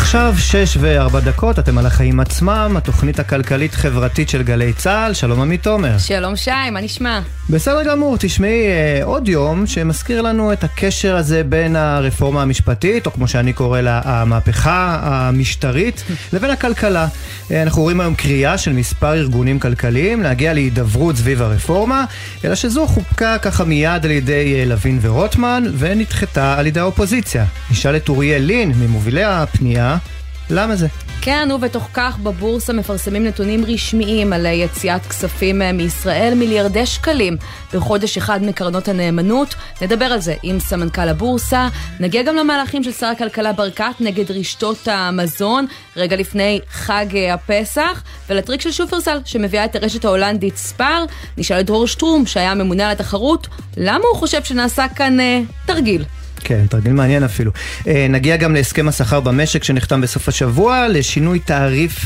עכשיו 6:04, אתם על החיים עצמם, התוכנית הכלכלית-חברתית של גלי צהל. שלום עמית תומר. שלום שי, מה נשמע? בסדר גמור, תשמעי עוד יום שמזכיר לנו את הקשר הזה בין הרפורמה המשפטית, או כמו שאני קורא לה, המהפכה המשטרית, לבין הכלכלה. אנחנו רואים היום קריאה של מספר ארגונים כלכליים להגיע להידברות סביב הרפורמה, אלא שזו חופקה ככה מיד על ידי לוין ורוטמן, ונדחתה על ידי האופוזיציה. נשאל את אוריאל לין, ממובילי הפנייה, למה זה? כן, ובתוך כך בבורסה מפרסמים נתונים רשמיים על יציאת כספים מישראל, מיליארדי שקלים בחודש אחד מקרנות הנאמנות. נדבר על זה עם סמנכ"ל הבורסה. נגיע גם למהלכים של שר הכלכלה ברקת נגד רשתות המזון רגע לפני חג הפסח, ולטריק של שופרסל שמביאה את הרשת ההולנדית ספאר. נשאל את דרור שטרום שהיה ממונה על התחרות, למה הוא חושב שנעשה כאן תרגיל? כן, תרגיל מעניין אפילו. נגיע גם להסכם השכר במשק שנחתם בסוף השבוע, לשינוי תעריף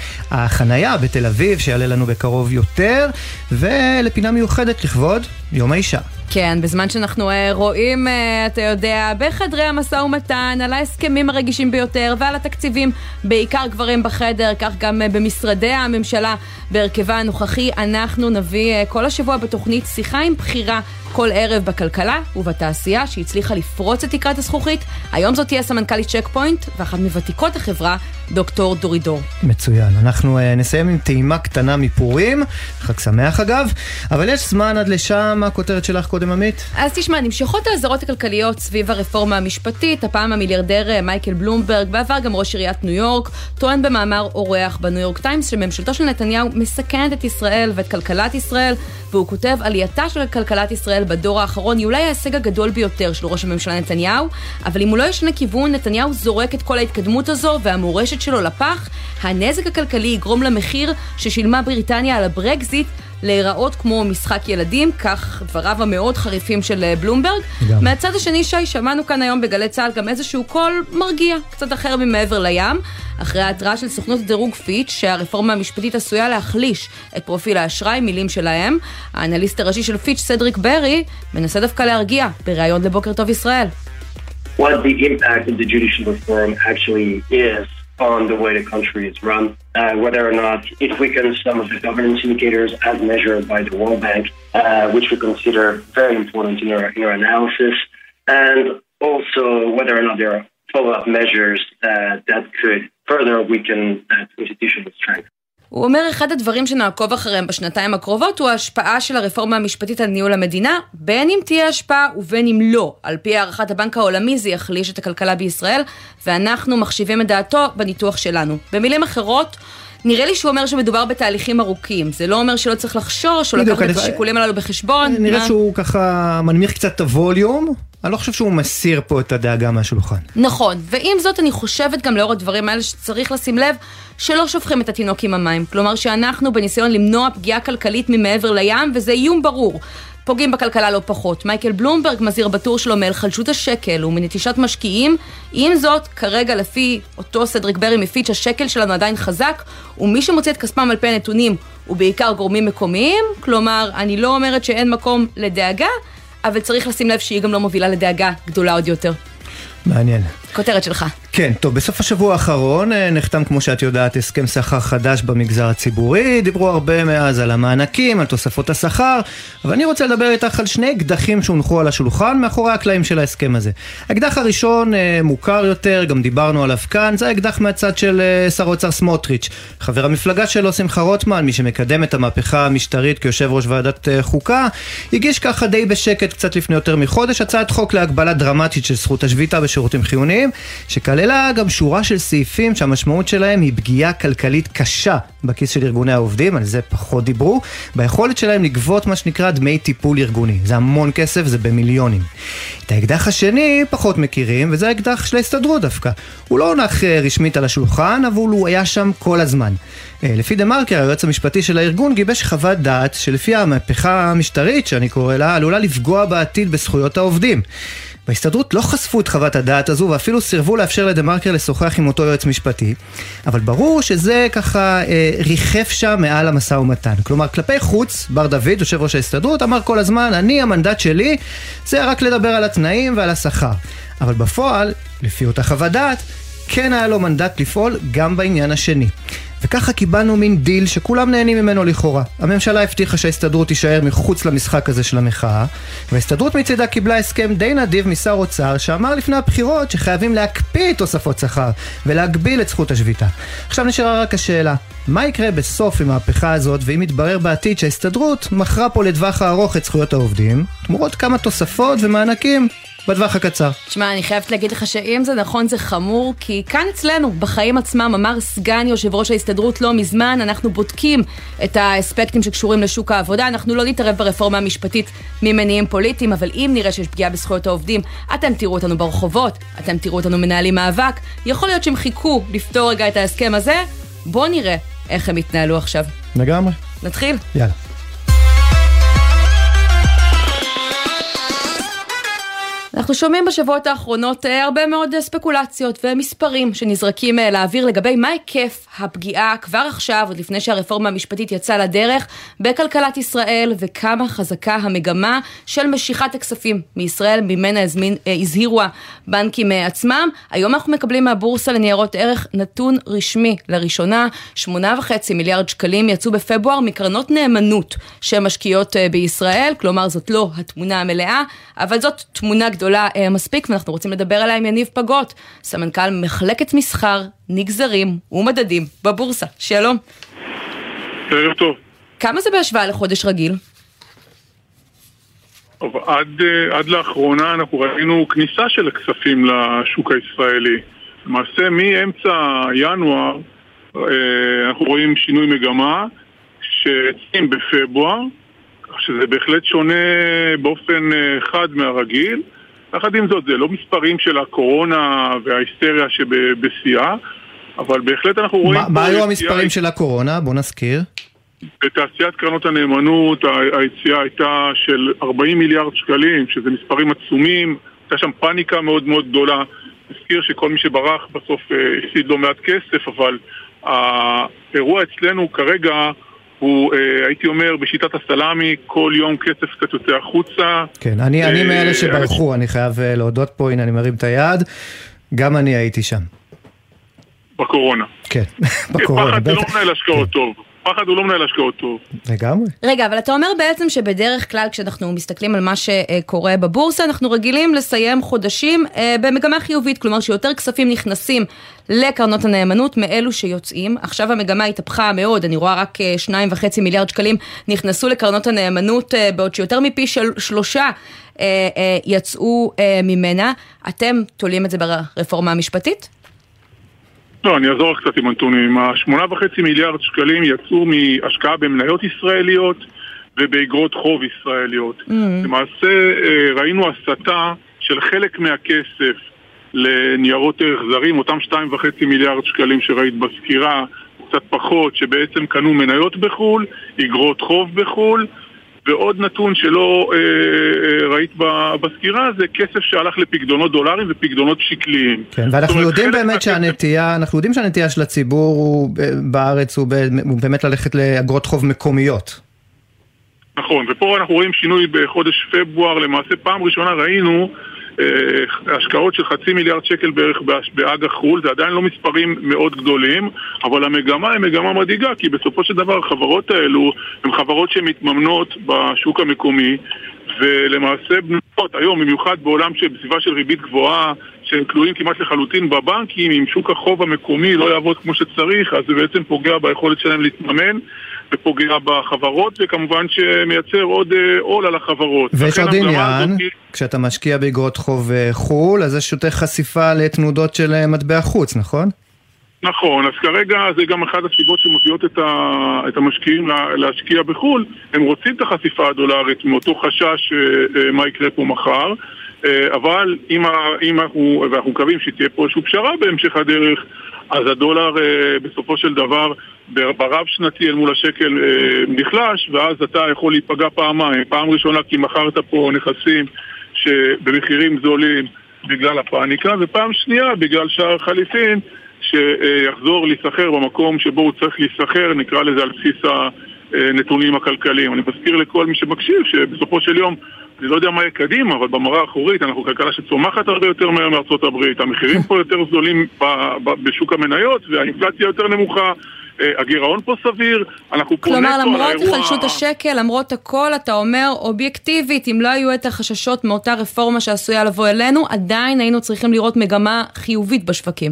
החנייה בתל אביב שיעלה לנו בקרוב יותר, ולפינה מיוחדת לכבוד יום האישה. כן, בזמן שאנחנו רואים, אתה יודע, בחדרי המשא ומתן, על ההסכמים הרגישים ביותר ועל התקציבים, בעיקר גברים בחדר, כך גם במשרדי הממשלה בהרכבה הנוכחי, אנחנו נביא כל השבוע בתוכנית שיחה עם בחירה כל ערב בכלכלה ובתעשייה שהצליחה לפרוץ את תקרת הזכוכית. היום זאת תהיה סמנכ"לית צ'ק פוינט ואחת מוותיקות החברה, דוקטור דורידור. מצוין, אנחנו נסיים עם טעימה קטנה מפורים, חג שמח אגב, אבל יש זמן עד לשם. מה הכותרת שלך קודם עמית? אז תשמע, נמשכות האזהרות הכלכליות סביב הרפורמה המשפטית. הפעם המיליארדר מייקל בלומברג, בעבר גם ראש עיריית ניו יורק, טוען במאמר אורח בניו יורק טיימס שממשלתו של נתניהו מסכנת את ישראל ואת כלכלת ישראל, והוא כותב, עלייתה של כלכלת ישראל בדור האחרון היא אולי ההישג הגדול ביותר של ראש הממשלה נתניהו, אבל אם הוא לא ישנה כיוון, נתניהו זורק את כל ההתקדמות הזו והמורשת שלו לפח. הנזק הכלכלי יגרום למחיר ששילמה בריטניה על הברקזיט להיראות כמו משחק ילדים, כך דבריו המאוד חריפים של בלומברג. מהצד השני, שי, שמענו כאן היום בגלי צהל גם איזשהו קול מרגיע, קצת אחר ממעבר לים, אחרי ההתראה של סוכנות הדירוג פיץ' שהרפורמה המשפטית עשויה להחליש את פרופיל האשראי, מילים שלהם. האנליסט הראשי של פיץ', סדריק ברי, מנסה דווקא להרגיע בראיון לבוקר טוב ישראל. What the impact of the judicial reform actually is on the way the country is run, whether or not it weakens some of the governance indicators as measured by the World Bank, which we consider very important in our analysis, and also whether or not there are follow-up measures that could further weaken that institutional strength. הוא אומר, אחד הדברים שנעקוב אחריהם בשנתיים הקרובות הוא ההשפעה של הרפורמה המשפטית על ניהול המדינה, בין אם תהיה השפעה ובין אם לא. על פי הערכת הבנק העולמי זה יחליש את הכלכלה בישראל, ואנחנו מחשיבים את דעתו בניתוח שלנו. במילים אחרות, נראה לי שהוא אומר שמדובר בתהליכים ארוכים. זה לא אומר שלא צריך לחשוש או לקחת את השיקולים הללו בחשבון. נראה שהוא ככה מנמיך קצת את הווליום. אני לא חושב שהוא מסיר פה את הדאגה מהשולחן. נכון, ועם זאת אני חושבת גם לאור הדברים האלה שצריך לשים לב שלא שופכים את התינוק עם המים. כלומר שאנחנו בניסיון למנוע פגיעה כלכלית ממעבר לים, וזה איום ברור. פוגעים בכלכלה לא פחות. מייקל בלומברג מזהיר בטור שלו מהיחלשות השקל ומנטישת משקיעים. עם זאת, כרגע לפי אותו סדריק ברי מפיץ' השקל שלנו עדיין חזק, ומי שמוצא את כספם על פי הנתונים הוא בעיקר גורמים מקומיים. כלומר, אני לא אומרת שאין מקום לדאגה, אבל צריך לשים לב שהיא גם לא מובילה לדאגה גדולה עוד יותר. מעניין. כותרת שלך. כן, טוב, בסוף השבוע האחרון נחתם, כמו שאת יודעת, הסכם שכר חדש במגזר הציבורי. דיברו הרבה מאז על המענקים, על תוספות השכר, אבל אני רוצה לדבר איתך על שני אקדחים שהונחו על השולחן מאחורי הקלעים של ההסכם הזה. האקדח הראשון מוכר יותר, גם דיברנו עליו כאן, זה האקדח מהצד של שר האוצר סמוטריץ', חבר המפלגה שלו שמחה רוטמן, מי שמקדם את המהפכה המשטרית כיושב ראש ועדת חוקה, הגיש ככה די בשקט קצת לפני יותר מחודש הצעת חוק להגבלה דרמטית של זכות השביתה בשירותים חיוניים, שכללה גם שורה של סעיפים שהמשמעות שלהם היא פגיעה כלכלית קשה בכיס של ארגוני העובדים, על זה פחות דיברו, ביכולת שלהם לגבות מה שנקרא דמי טיפול ארגוני. זה המון כסף, זה במיליונים. את האקדח השני פחות מכירים, וזה האקדח של ההסתדרות דווקא. הוא לא הונח רשמית על השולחן, אבל הוא היה שם כל הזמן. לפי דה מרקר, היועץ המשפטי של הארגון גיבש חוות דעת שלפי המהפכה המשטרית, שאני קורא לה, עלולה לפגוע בעתיד בזכויות העובדים. בהסתדרות לא חשפו את חוות הדעת הזו, ואפילו סירבו לאפשר לדה מרקר לשוחח עם אותו יועץ משפטי, אבל ברור שזה ככה ריחף שם מעל המשא ומתן. כלומר, כלפי חוץ, בר דוד, יושב ראש ההסתדרות, אמר כל הזמן, המנדט שלי זה רק לדבר על התנאים ועל השכר. אבל בפועל, לפי אותה חוות דעת, כן היה לו מנדט לפעול גם בעניין השני. וככה קיבלנו מין דיל שכולם נהנים ממנו לכאורה. הממשלה הבטיחה שההסתדרות תישאר מחוץ למשחק הזה של המחאה, וההסתדרות מצידה קיבלה הסכם די נדיב משר אוצר שאמר לפני הבחירות שחייבים להקפיא תוספות שכר ולהגביל את זכות השביתה. עכשיו נשארה רק השאלה, מה יקרה בסוף עם המהפכה הזאת, ואם יתברר בעתיד שההסתדרות מכרה פה לטווח הארוך את זכויות העובדים, תמורות כמה תוספות ומענקים בטווח הקצר. תשמע, אני חייבת להגיד לך שאם זה נכון זה חמור, כי כאן אצלנו, בחיים עצמם, אמר סגן יושב ראש ההסתדרות לא מזמן, אנחנו בודקים את האספקטים שקשורים לשוק העבודה, אנחנו לא נתערב ברפורמה המשפטית ממניעים פוליטיים, אבל אם נראה שיש פגיעה בזכויות העובדים, אתם תראו אותנו ברחובות, אתם תראו אותנו מנהלים מאבק, יכול להיות שהם חיכו לפתור רגע את ההסכם הזה, בוא נראה איך הם יתנהלו עכשיו. לגמרי. נתחיל? יאללה. אנחנו שומעים בשבועות האחרונות הרבה מאוד ספקולציות ומספרים שנזרקים לאוויר לגבי מה היקף הפגיעה כבר עכשיו, עוד לפני שהרפורמה המשפטית יצאה לדרך, בכלכלת ישראל, וכמה חזקה המגמה של משיכת הכספים מישראל, ממנה הזהירו הבנקים עצמם. היום אנחנו מקבלים מהבורסה לניירות ערך נתון רשמי לראשונה, 8.5 מיליארד שקלים יצאו בפברואר מקרנות נאמנות שמשקיעות בישראל, כלומר זאת לא התמונה המלאה, אבל זאת תמונה גדולה מספיק, ואנחנו רוצים לדבר עליה עם יניב פגות, סמנכ"ל מחלקת מסחר, נגזרים ומדדים בבורסה. שלום. ערב טוב. כמה זה בהשוואה לחודש רגיל? עד לאחרונה אנחנו ראינו כניסה של הכספים לשוק הישראלי. למעשה מאמצע ינואר אנחנו רואים שינוי מגמה שיוצאים בפברואר, שזה בהחלט שונה באופן חד מהרגיל. יחד עם זאת, זה לא מספרים של הקורונה וההיסטריה שבשיאה, אבל בהחלט אנחנו רואים... מה היו המספרים של הקורונה? בוא נזכיר. בתעשיית קרנות הנאמנות, היציאה הייתה של 40 מיליארד שקלים, שזה מספרים עצומים, הייתה שם פאניקה מאוד מאוד גדולה. נזכיר שכל מי שברח בסוף הפסיד לא מעט כסף, אבל האירוע אצלנו כרגע הוא, הייתי אומר, בשיטת הסלאמי, כל יום כסף קצת יוצא החוצה. כן, אני מאלה שברחו, אני חייב להודות פה, הנה אני מרים את היד, גם אני הייתי שם. בקורונה. כן, בקורונה. פחד הוא לא מנהל השקעות טוב. פחד הוא לא מנהל השקעות טוב. לגמרי. רגע, אבל אתה אומר בעצם שבדרך כלל כשאנחנו מסתכלים על מה שקורה בבורסה, אנחנו רגילים לסיים חודשים במגמה חיובית, כלומר שיותר כספים נכנסים לקרנות הנאמנות מאלו שיוצאים. עכשיו המגמה התהפכה מאוד, אני רואה רק 2.5 מיליארד שקלים נכנסו לקרנות הנאמנות, בעוד שיותר מפי 3 יצאו ממנה. אתם תולים את זה ברפורמה המשפטית? לא, אני אעזור קצת עם הנתונים. 8.5 מיליארד שקלים יצאו מהשקעה במניות ישראליות ובאגרות חוב ישראליות. למעשה ראינו הסטה של חלק מהכסף לניירות ערך זרים, אותם 2.5 מיליארד שקלים שראית בסקירה, קצת פחות, שבעצם קנו מניות בחול, אגרות חוב בחול, ועוד נתון שלא ראית בסקירה, זה כסף שהלך לפקדונות דולרים ופקדונות שקליים. כן, ואנחנו יודעים באמת שהנטייה של הציבור בארץ הוא באמת ללכת לאגרות חוב מקומיות. נכון, ופה אנחנו רואים שינוי בחודש פברואר, למעשה פעם ראשונה ראינו השקעות של 0.5 מיליארד שקל בערך באג"ח חו"ל, זה עדיין לא מספרים מאוד גדולים, אבל המגמה היא מגמה מדאיגה, כי בסופו של דבר החברות האלו הן חברות שמתממנות בשוק המקומי, ולמעשה בנויות היום, במיוחד בעולם בסביבה של ריבית גבוהה, שהם תלויים כמעט לחלוטין בבנקים, אם שוק החוב המקומי לא יעבוד כמו שצריך, אז זה בעצם פוגע ביכולת שלהם להתממן, ופוגע בחברות, וכמובן שמייצר עוד עול על החברות. ויש עוד עניין, כשאתה משקיע באגרות חוב חול, אז יש יותר חשיפה לתנודות של מטבע חוץ, נכון? נכון, אז כרגע זה גם אחת הסיבות שמביאות את המשקיעים להשקיע בחול, הם רוצים את החשיפה הדולרית מאותו חשש מה יקרה פה מחר, אבל אם אנחנו מקווים שתהיה פה איזושהי פשרה בהמשך הדרך, אז הדולר בסופו של דבר ברב שנתי אל מול השקל נחלש, ואז אתה יכול להיפגע פעמיים. פעם ראשונה כי מכרת פה נכסים שבמחירים זולים בגלל הפאניקה, ופעם שנייה בגלל שער חליפין שיחזור להיסחר במקום שבו הוא צריך להיסחר, נקרא לזה על בסיס הנתונים הכלכליים. אני מזכיר לכל מי שמקשיב שבסופו של יום אני לא יודע מה יהיה קדימה, אבל במראה האחורית אנחנו כלכלה שצומחת הרבה יותר מהר מארצות הברית, המחירים פה יותר זולים בשוק המניות, והאינפלציה יותר נמוכה, הגירעון פה סביר, אנחנו פה כלומר, נטו על האירוע... למרות חלשות השקל, למרות הכל, אתה אומר אובייקטיבית, אם לא היו את החששות מאותה רפורמה שעשויה לבוא אלינו, עדיין היינו צריכים לראות מגמה חיובית בשווקים.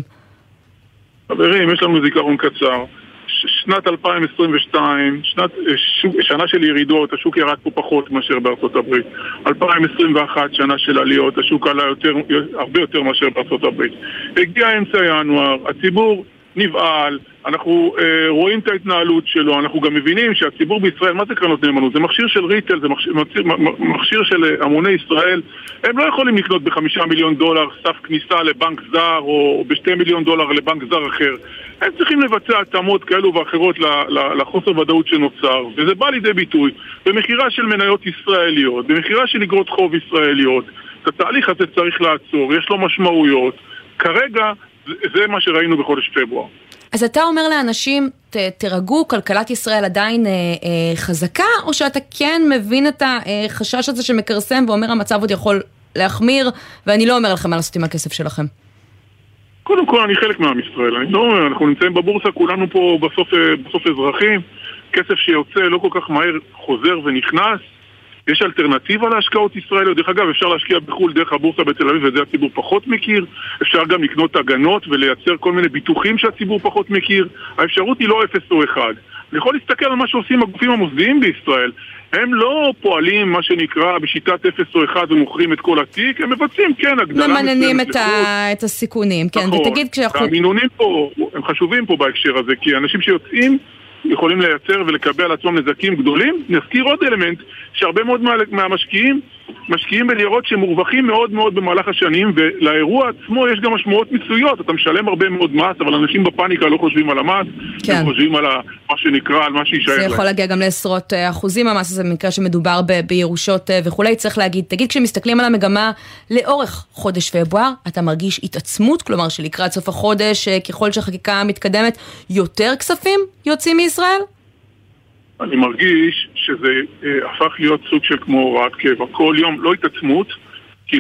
חברים, יש לנו זיכרון קצר. שנת 2022, שנה של ירידות, השוק ירד פה פחות מאשר בארצות הברית. 2021, שנה של עליות, השוק עלה הרבה יותר מאשר בארצות הברית. הגיע אמצע ינואר, הציבור נבעל, אנחנו רואים את ההתנהלות שלו, אנחנו גם מבינים שהציבור בישראל, מה זה קרנות נאמנות? זה מכשיר של ריטל, זה מכשיר של המוני ישראל, הם לא יכולים לקנות ב$5 מיליון סף כניסה לבנק זר או ב$2 מיליון לבנק זר אחר. הם צריכים לבצע התאמות כאלו ואחרות לחוסר ודאות שנוצר, וזה בא לידי ביטוי במחירה של מניות ישראליות, במחירה של אגרות חוב ישראליות. את התהליך הזה צריך לעצור, יש לו משמעויות. כרגע זה מה שראינו בחודש פברואר. אז אתה אומר לאנשים, תרגעו, כלכלת ישראל עדיין חזקה, או שאתה כן מבין את החשש הזה שמקרסם ואומר המצב עוד יכול להחמיר, ואני לא אומר לכם מה לעשות עם הכסף שלכם? קודם כל אני חלק מעם ישראל, אני לא אומר, אנחנו נמצאים בבורסה, כולנו פה בסוף אזרחים, כסף שיוצא לא כל כך מהר חוזר ונכנס, יש אלטרנטיבה להשקעות ישראליות. דרך אגב, אפשר להשקיע בחול דרך הבורסה בתל אביב, וזה הציבור פחות מכיר. אפשר גם לקנות הגנות ולייצר כל מיני ביטוחים שהציבור פחות מכיר. האפשרות היא לא 0 או 1. אני יכול להסתכל על מה שעושים הגופים המוסדיים בישראל. הם לא פועלים, מה שנקרא, בשיטת 0 או 1 ומוכרים את כל התיק, הם מבצעים, כן, הגדלה ממננים את הסיכונים, כן, ותגיד כשאנחנו... המינונים פה, הם חשובים פה בהקשר הזה, כי אנשים שיוצאים יכולים לייצר ולקבל על עצמם נזקים גדולים. נזכיר עוד אלמנט, שהרבה מאוד מהמשקיעים משקיעים בניירות שמורווחים מאוד מאוד במהלך השנים, ולאירוע עצמו יש גם משמעות מיסויות. אתה משלם הרבה מאוד מס, אבל אנשים בפאניקה לא חושבים על המס, כן. הם חושבים על מה שנקרא, על מה שישאר להם. זה יכול להגיע גם לעשרות אחוזים המס הזה, במקרה שמדובר בירושות וכולי. צריך להגיד, תגיד, כשמסתכלים על המגמה לאורך חודש פברואר, אתה מרגיש התעצמות, כלומר שלקראת סוף החודש, ככל שהחקיקה מתקדמת, יותר כספים יוצאים מישראל? אני מרגיש שזה הפך להיות סוג של כמו הוראת קבע. כל יום לא התעצמות, כי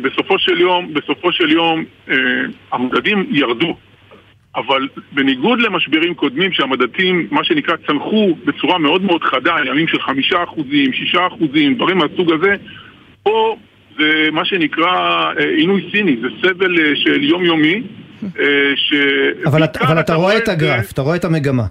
בסופו של יום המדדים ירדו. אבל בניגוד למשברים קודמים שהמדדים, מה שנקרא, צנחו בצורה מאוד מאוד חדה, ימים של 5%, 6%, דברים מהסוג הזה, פה זה מה שנקרא עינוי סיני, זה סבל של יומיומי. אבל אתה רואה את הגרף, אתה רואה את המגמה.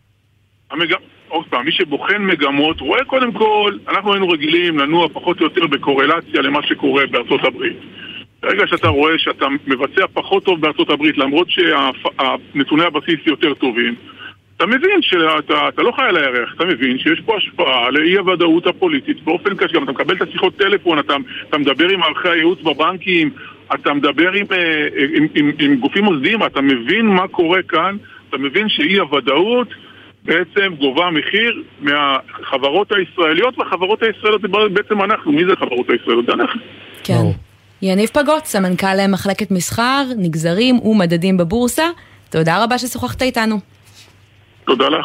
עוד פעם, מי שבוחן מגמות, רואה קודם כל, אנחנו היינו רגילים לנוע פחות או יותר בקורלציה למה שקורה בארצות הברית. ברגע שאתה רואה שאתה מבצע פחות טוב בארצות הברית, למרות שהנתוני הבסיס יותר טובים, אתה מבין שאתה לא חי על הירח, אתה מבין שיש פה השפעה לאי הוודאות הפוליטית באופן קשה, גם אתה מקבל את השיחות טלפון, אתה מדבר עם מערכי הייעוץ בבנקים, אתה מדבר עם גופים מוסדיים, אתה מבין מה קורה כאן, אתה מבין שאי הוודאות בעצם גובה מחיר מהחברות הישראליות, והחברות הישראליות זה בעצם אנחנו. מי זה חברות הישראליות? זה אנחנו. כן. יניב פגוט, סמנכ"ל מחלקת מסחר, נגזרים ומדדים בבורסה. תודה רבה ששוחחת איתנו. תודה לך.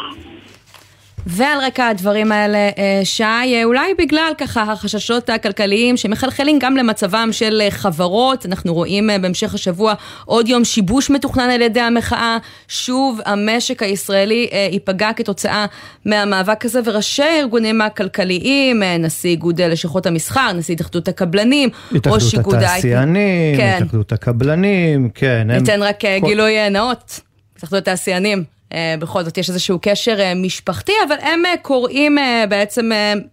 ועל רקע הדברים האלה, שי, אולי בגלל ככה החששות הכלכליים שמחלחלים גם למצבם של חברות, אנחנו רואים בהמשך השבוע עוד יום שיבוש מתוכנן על ידי המחאה, שוב המשק הישראלי ייפגע כתוצאה מהמאבק הזה, וראשי הארגונים הכלכליים, נשיא איגוד לשכות המסחר, נשיא התאחדות הקבלנים, ראש איגוד התעשיינים, כן. התאחדות הקבלנים, כן. ניתן רק גילוי נאות, התאחדות התעשיינים. בכל זאת יש איזשהו קשר משפחתי, אבל הם קוראים בעצם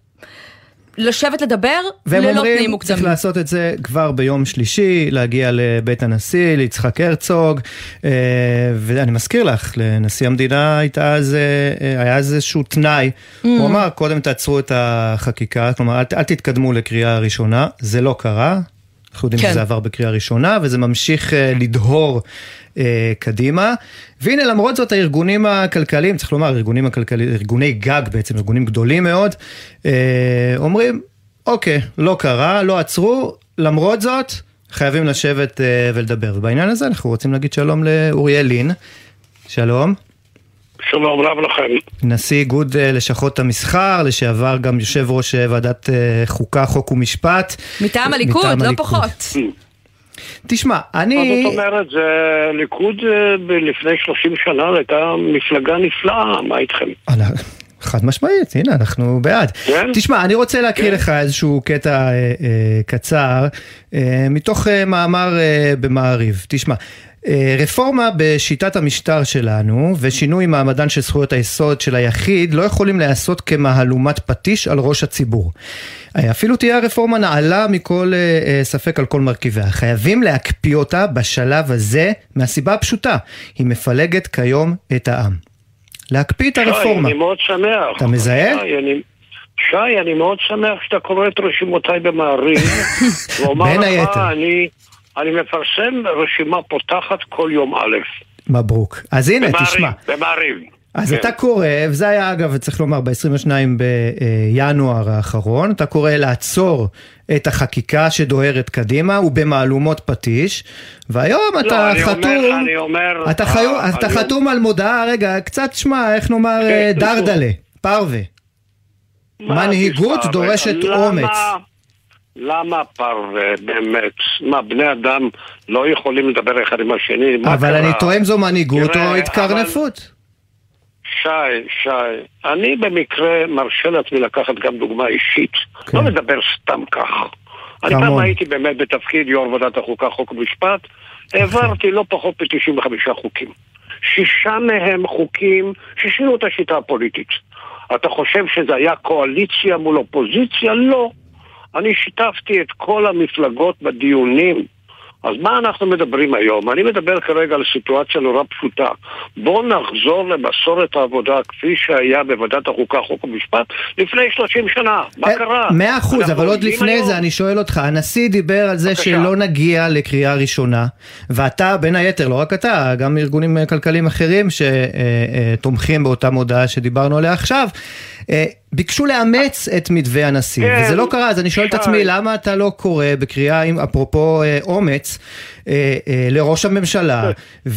לשבת לדבר ללא תנאים מוקדמים. והם אומרים, צריך לעשות את זה כבר ביום שלישי, להגיע לבית הנשיא, ליצחק הרצוג, ואני מזכיר לך, לנשיא המדינה היה איזשהו תנאי, הוא אמר, קודם תעצרו את החקיקה, כלומר, אל תתקדמו לקריאה ראשונה, זה לא קרה, אנחנו יודעים שזה עבר בקריאה ראשונה, וזה ממשיך לדהור קדימה, והנה למרות זאת הארגונים הכלכליים, צריך לומר ארגוני גג בעצם, ארגונים גדולים מאוד, אומרים, אוקיי, לא קרה, לא עצרו, למרות זאת חייבים לשבת ולדבר, ובעניין הזה אנחנו רוצים להגיד שלום לאוריאל לין, שלום. שלום רב לכם. נשיא איגוד לשכות המסחר, לשעבר גם יושב ראש ועדת חוקה, חוק ומשפט. מטעם הליכוד, לא פחות. תשמע, מה זאת אומרת? זה ליכוד לפני 30 שנה הייתה מפלגה נפלאה, מה איתכם? חד משמעית, הנה, אנחנו בעד. כן? תשמע, אני רוצה להקריא לך איזשהו קטע קצר, מתוך מאמר במעריב. תשמע, רפורמה בשיטת המשטר שלנו ושינוי מעמדן של זכויות היסוד של היחיד לא יכולים לעשות כמהלומת פטיש על ראש הציבור. אפילו תהיה הרפורמה נעלה מכל ספק על כל מרכיביה. חייבים להקפיא אותה בשלב הזה מהסיבה הפשוטה. היא מפלגת כיום את העם. להקפיא את הרפורמה. שי, אני מאוד שמח. אתה מזהה? שי, אני מאוד שמח שאתה קורא את רשימותיי במעריב. בין היתר. אני מפרסם רשימה פותחת כל יום א'. מברוק. אז הנה, תשמע. במעריב. אז אתה קורא, וזה היה אגב, צריך לומר, ב-22 בינואר האחרון, אתה קורא לעצור את החקיקה שדוהרת קדימה, ובמעלומות פטיש, והיום אתה חתום, אתה חתום על מודעה, רגע, קצת שמה, איך נאמר, דרדלה, פרווה. מנהיגות דורשת אומץ. למה פרווה, באמת? מה, בני אדם לא יכולים לדבר אחד עם השני? אבל אני טועם זו מנהיגות או התקרנפות. שי, אני במקרה מרשה לעצמי לקחת גם דוגמה אישית. לא לדבר סתם כך. אני פעם הייתי באמת בתפקיד יו"ר ועדת החוקה, חוק ומשפט, העברתי לא פחות מ-95 חוקים. 6 מהם חוקים ששינו את השיטה הפוליטית. אתה חושב שזה היה קואליציה מול אופוזיציה? לא. אני שיתפתי את כל המפלגות בדיונים. אז מה אנחנו מדברים היום? אני מדבר כרגע על סיטואציה נורא פשוטה. בואו נחזור למסורת העבודה כפי שהיה בוועדת החוקה, חוק ומשפט לפני 30 שנה. מה קרה? 100%, אבל עוד לפני זה אני שואל אותך, הנשיא דיבר על זה שלא נגיע לקריאה ראשונה, ואתה בין היתר, לא רק אתה, גם ארגונים כלכליים אחרים שתומכים באותה מודעה שדיברנו עליה עכשיו, ביקשו לאמץ את מתווה הנשיא, וזה לא קרה, אז אני שואל את עצמי, למה אתה לא קורא בקריאה, אפרופו אומץ, לראש הממשלה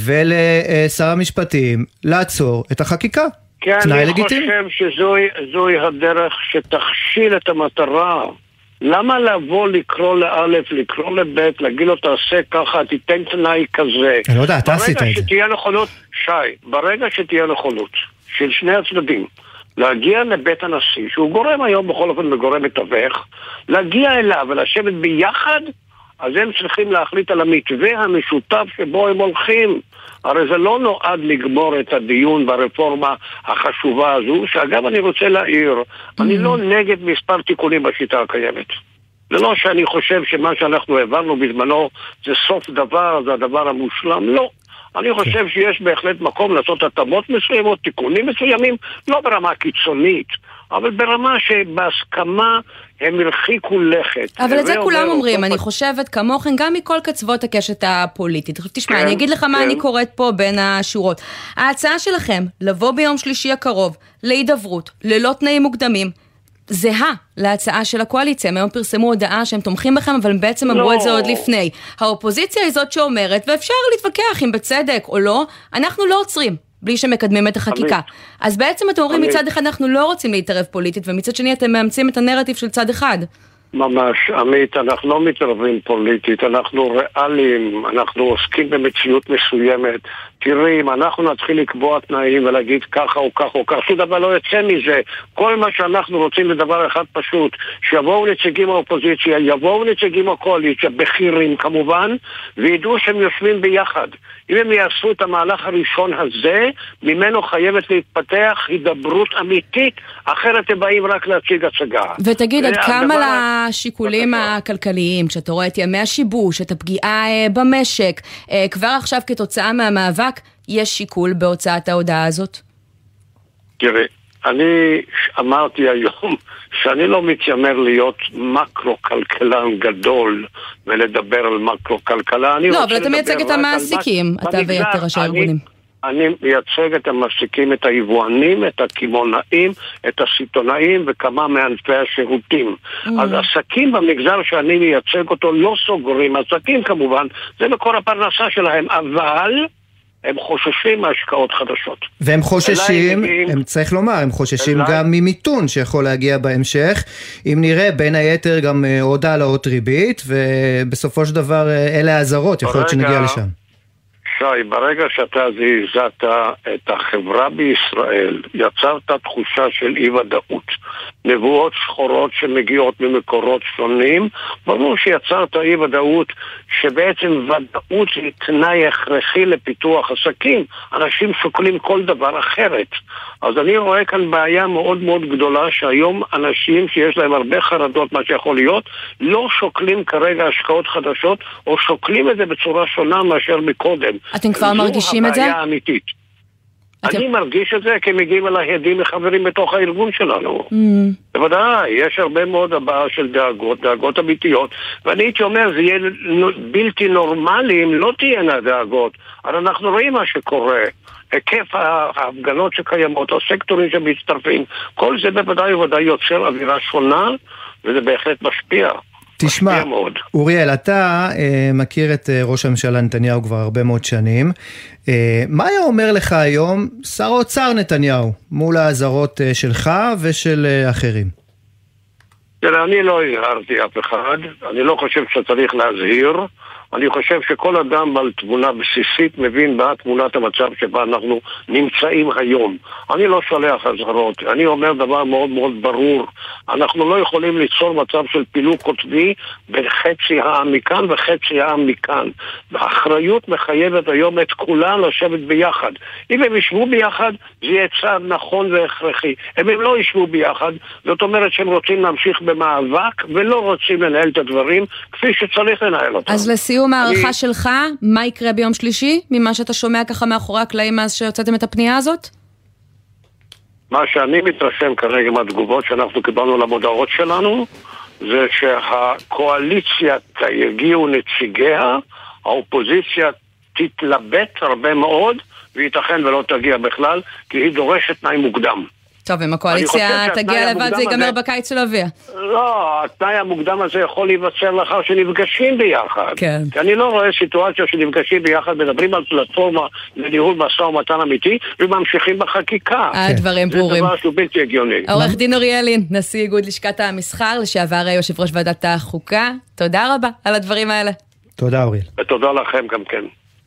ולשר המשפטים, לעצור את החקיקה? כן, אני חושב שזוהי הדרך שתכשיל את המטרה. למה לבוא לקרוא לאלף, לקרוא לבית, להגיד לו תעשה ככה, תיתן תנאי כזה? אני לא יודע, אתה עשית את זה. ברגע שתהיה נכונות, שי, ברגע שתהיה נכונות של שני הצדדים, להגיע לבית הנשיא, שהוא גורם היום בכל אופן בגורם מתווך, להגיע אליו ולשבת ביחד, אז הם צריכים להחליט על המתווה המשותף שבו הם הולכים. הרי זה לא נועד לגמור את הדיון ברפורמה החשובה הזו, שאגב אני רוצה להעיר, אני לא נגד מספר תיקונים בשיטה הקיימת. זה לא שאני חושב שמה שאנחנו העברנו בזמנו זה סוף דבר, זה הדבר המושלם, לא. אני חושב שיש בהחלט מקום לעשות התאמות מסוימות, תיקונים מסוימים, לא ברמה קיצונית, אבל ברמה שבהסכמה הם הרחיקו לכת. אבל את זה כולם אומרים, אני חושבת כמוכן, גם מכל קצוות הקשת הפוליטית. תשמע, אני אגיד לך מה אני קוראת פה בין השורות. ההצעה שלכם, לבוא ביום שלישי הקרוב, להידברות, ללא תנאים מוקדמים, זהה להצעה של הקואליציה. הם היום פרסמו הודעה שהם תומכים בכם, אבל הם בעצם אמרו את זה עוד לפני. האופוזיציה היא זאת שאומרת, ואפשר להתווכח אם בצדק או לא, אנחנו לא עוצרים בלי שמקדמים את החקיקה. אז בעצם אתם אומרים מצד אחד אנחנו לא רוצים להתערב פוליטית, ומצד שני אתם מאמצים את הנרטיב של צד אחד. ממש, עמית, אנחנו לא מתערבים פוליטית, אנחנו ריאליים, אנחנו עוסקים במציאות מסוימת. תראי, אם אנחנו נתחיל לקבוע תנאים ולהגיד ככה או ככה או ככה, שום דבר לא יוצא מזה. כל מה שאנחנו רוצים לדבר אחד פשוט, שיבואו נציגים האופוזיציה, יבואו נציגים הקואליציה, בכירים כמובן, וידעו שהם יושבים ביחד. אם הם יעשו את המהלך הראשון הזה, ממנו חייבת להתפתח הידברות אמיתית, אחרת הם באים רק להציג הצגה. ותגיד, עד כמה לשיקולים הכלכליים, כשאתה רואה את ימי השיבוש, את הפגיעה במשק, כבר עכשיו כתוצאה מהמאבק, יש שיקול בהוצאת ההודעה הזאת? תראה, אני אמרתי היום שאני לא מתיימר להיות מקרו-כלכלן גדול ולדבר על מקרו-כלכלה. לא, אבל אתה מייצג את המעסיקים, אתה ויתר ראשי הארגונים. אני מייצג את המעסיקים, את היבואנים, את הכימונאים, את הסיטונאים וכמה מענפי השירותים. אז עסקים במגזר שאני מייצג אותו לא סוגרים, עסקים כמובן, זה מקור הפרנסה שלהם, אבל הם חוששים מהשקעות חדשות. והם חוששים, הם צריך לומר, הם חוששים גם ממיתון שיכול להגיע בהמשך. אם נראה בין היתר גם עוד העלאות ריבית, ובסופו של דבר אלה האזהרות, יכול להיות שנגיע לשם. שי, ברגע שאתה זעזעת את החברה בישראל, יצרת תחושה של אי-ודאות. נבואות שחורות שמגיעות ממקורות שונים, ברור שיצרת אי-ודאות שבעצם ודאות היא תנאי הכרחי לפיתוח עסקים. אנשים שוקלים כל דבר אחרת. אז אני רואה כאן בעיה מאוד מאוד גדולה שהיום אנשים שיש להם הרבה חרדות מה שיכול להיות, לא שוקלים כרגע השקעות חדשות, או שוקלים את זה בצורה שונה מאשר מקודם. אתם כבר מרגישים את זה? זו הבעיה האמיתית. אני מרגיש את זה כי מגיעים אליי הדים מחברים בתוך הארגון שלנו. בוודאי, יש הרבה מאוד הבעה של דאגות אמיתיות, ואני הייתי אומר, זה יהיה בלתי נורמלי אם לא תהיינה דאגות. אבל אנחנו רואים מה שקורה. היקף ההפגנות שקיימות, הסקטורים שמצטרפים, כל זה בוודאי ובוודאי יוצר אווירה שונה, וזה בהחלט משפיע. תשמע, אוריאל, אתה מכיר את ראש הממשלה נתניהו כבר הרבה מאוד שנים. מה היה אומר לך היום שר האוצר נתניהו מול האזהרות שלך ושל אחרים? אני לא הזהרתי אף אחד, אני לא חושב שצריך להזהיר. אני חושב שכל אדם על תמונה בסיסית מבין בה תמונת המצב שבה אנחנו נמצאים היום. אני לא שולח הזהרות, אני אומר דבר מאוד מאוד ברור. אנחנו לא יכולים ליצור מצב של פילוג קוטבי בין חצי העם מכאן וחצי העם מכאן. האחריות מחייבת היום את כולם לשבת ביחד. אם הם ישבו ביחד, זה יהיה צעד נכון והכרחי. אם הם לא ישבו ביחד, זאת אומרת שהם רוצים להמשיך במאבק ולא רוצים לנהל את הדברים כפי שצריך לנהל אותם. אז לסיום הערכה שלך, מה יקרה ביום שלישי? ממה שאתה שומע ככה מאחורי הקלעים מאז שהוצאתם את הפנייה הזאת? מה שאני מתרשם כרגע מהתגובות שאנחנו קיבלנו למודעות שלנו, זה שהקואליציה יגיעו נציגיה, האופוזיציה תתלבט הרבה מאוד, וייתכן ולא תגיע בכלל, כי היא דורשת תנאי מוקדם. טוב, אם הקואליציה תגיע לבד זה ייגמר בקיץ של אביה. לא, התנאי המוקדם הזה יכול להיווצר לאחר שנפגשים ביחד. כן. כי אני לא רואה סיטואציה שנפגשים ביחד, מדברים על פלטפורמה לניהול משא ומתן אמיתי, וממשיכים בחקיקה. הדברים ברורים. זה דבר שהוא בלתי הגיוני. עורך דין אוריאל לין, נשיא איגוד לשכת המסחר, לשעבר יושב ראש ועדת החוקה. תודה רבה על הדברים האלה. תודה אוריאל. ותודה לכם גם כן.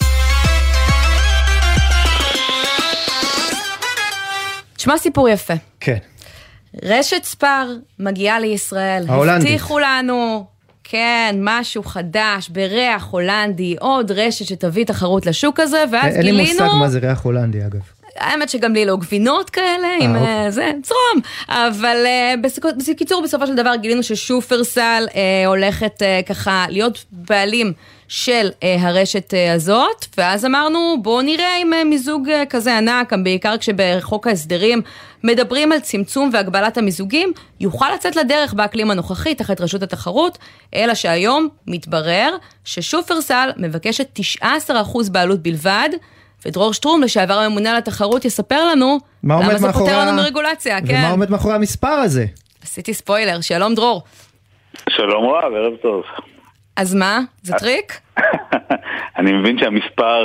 תשמע סיפור יפה. כן. רשת ספר מגיעה לישראל. ההולנדית. הבטיחו לנו, כן, משהו חדש, בריח הולנדי, עוד רשת שתביא תחרות לשוק הזה, ואז גילינו... אין לי מושג מה זה ריח הולנדי, אגב. האמת שגם לי לא גבינות כאלה, עם זה, צרום. אבל בקיצור, בסופו של דבר גילינו ששופרסל הולכת ככה להיות בעלים של הרשת הזאת, ואז אמרנו, בואו נראה אם מיזוג כזה ענק, בעיקר כשבחוק ההסדרים מדברים על צמצום והגבלת המיזוגים, יוכל לצאת לדרך באקלים הנוכחי תחת רשות התחרות, אלא שהיום מתברר ששופרסל מבקשת 19% בעלות בלבד, ודרור שטרום, לשעבר הממונה על התחרות, יספר לנו למה זה פותר לנו מרגולציה. ומה עומד מאחורי המספר הזה? עשיתי ספוילר, שלום דרור. שלום רב, ערב טוב. אז מה? זה טריק? אני מבין שהמספר,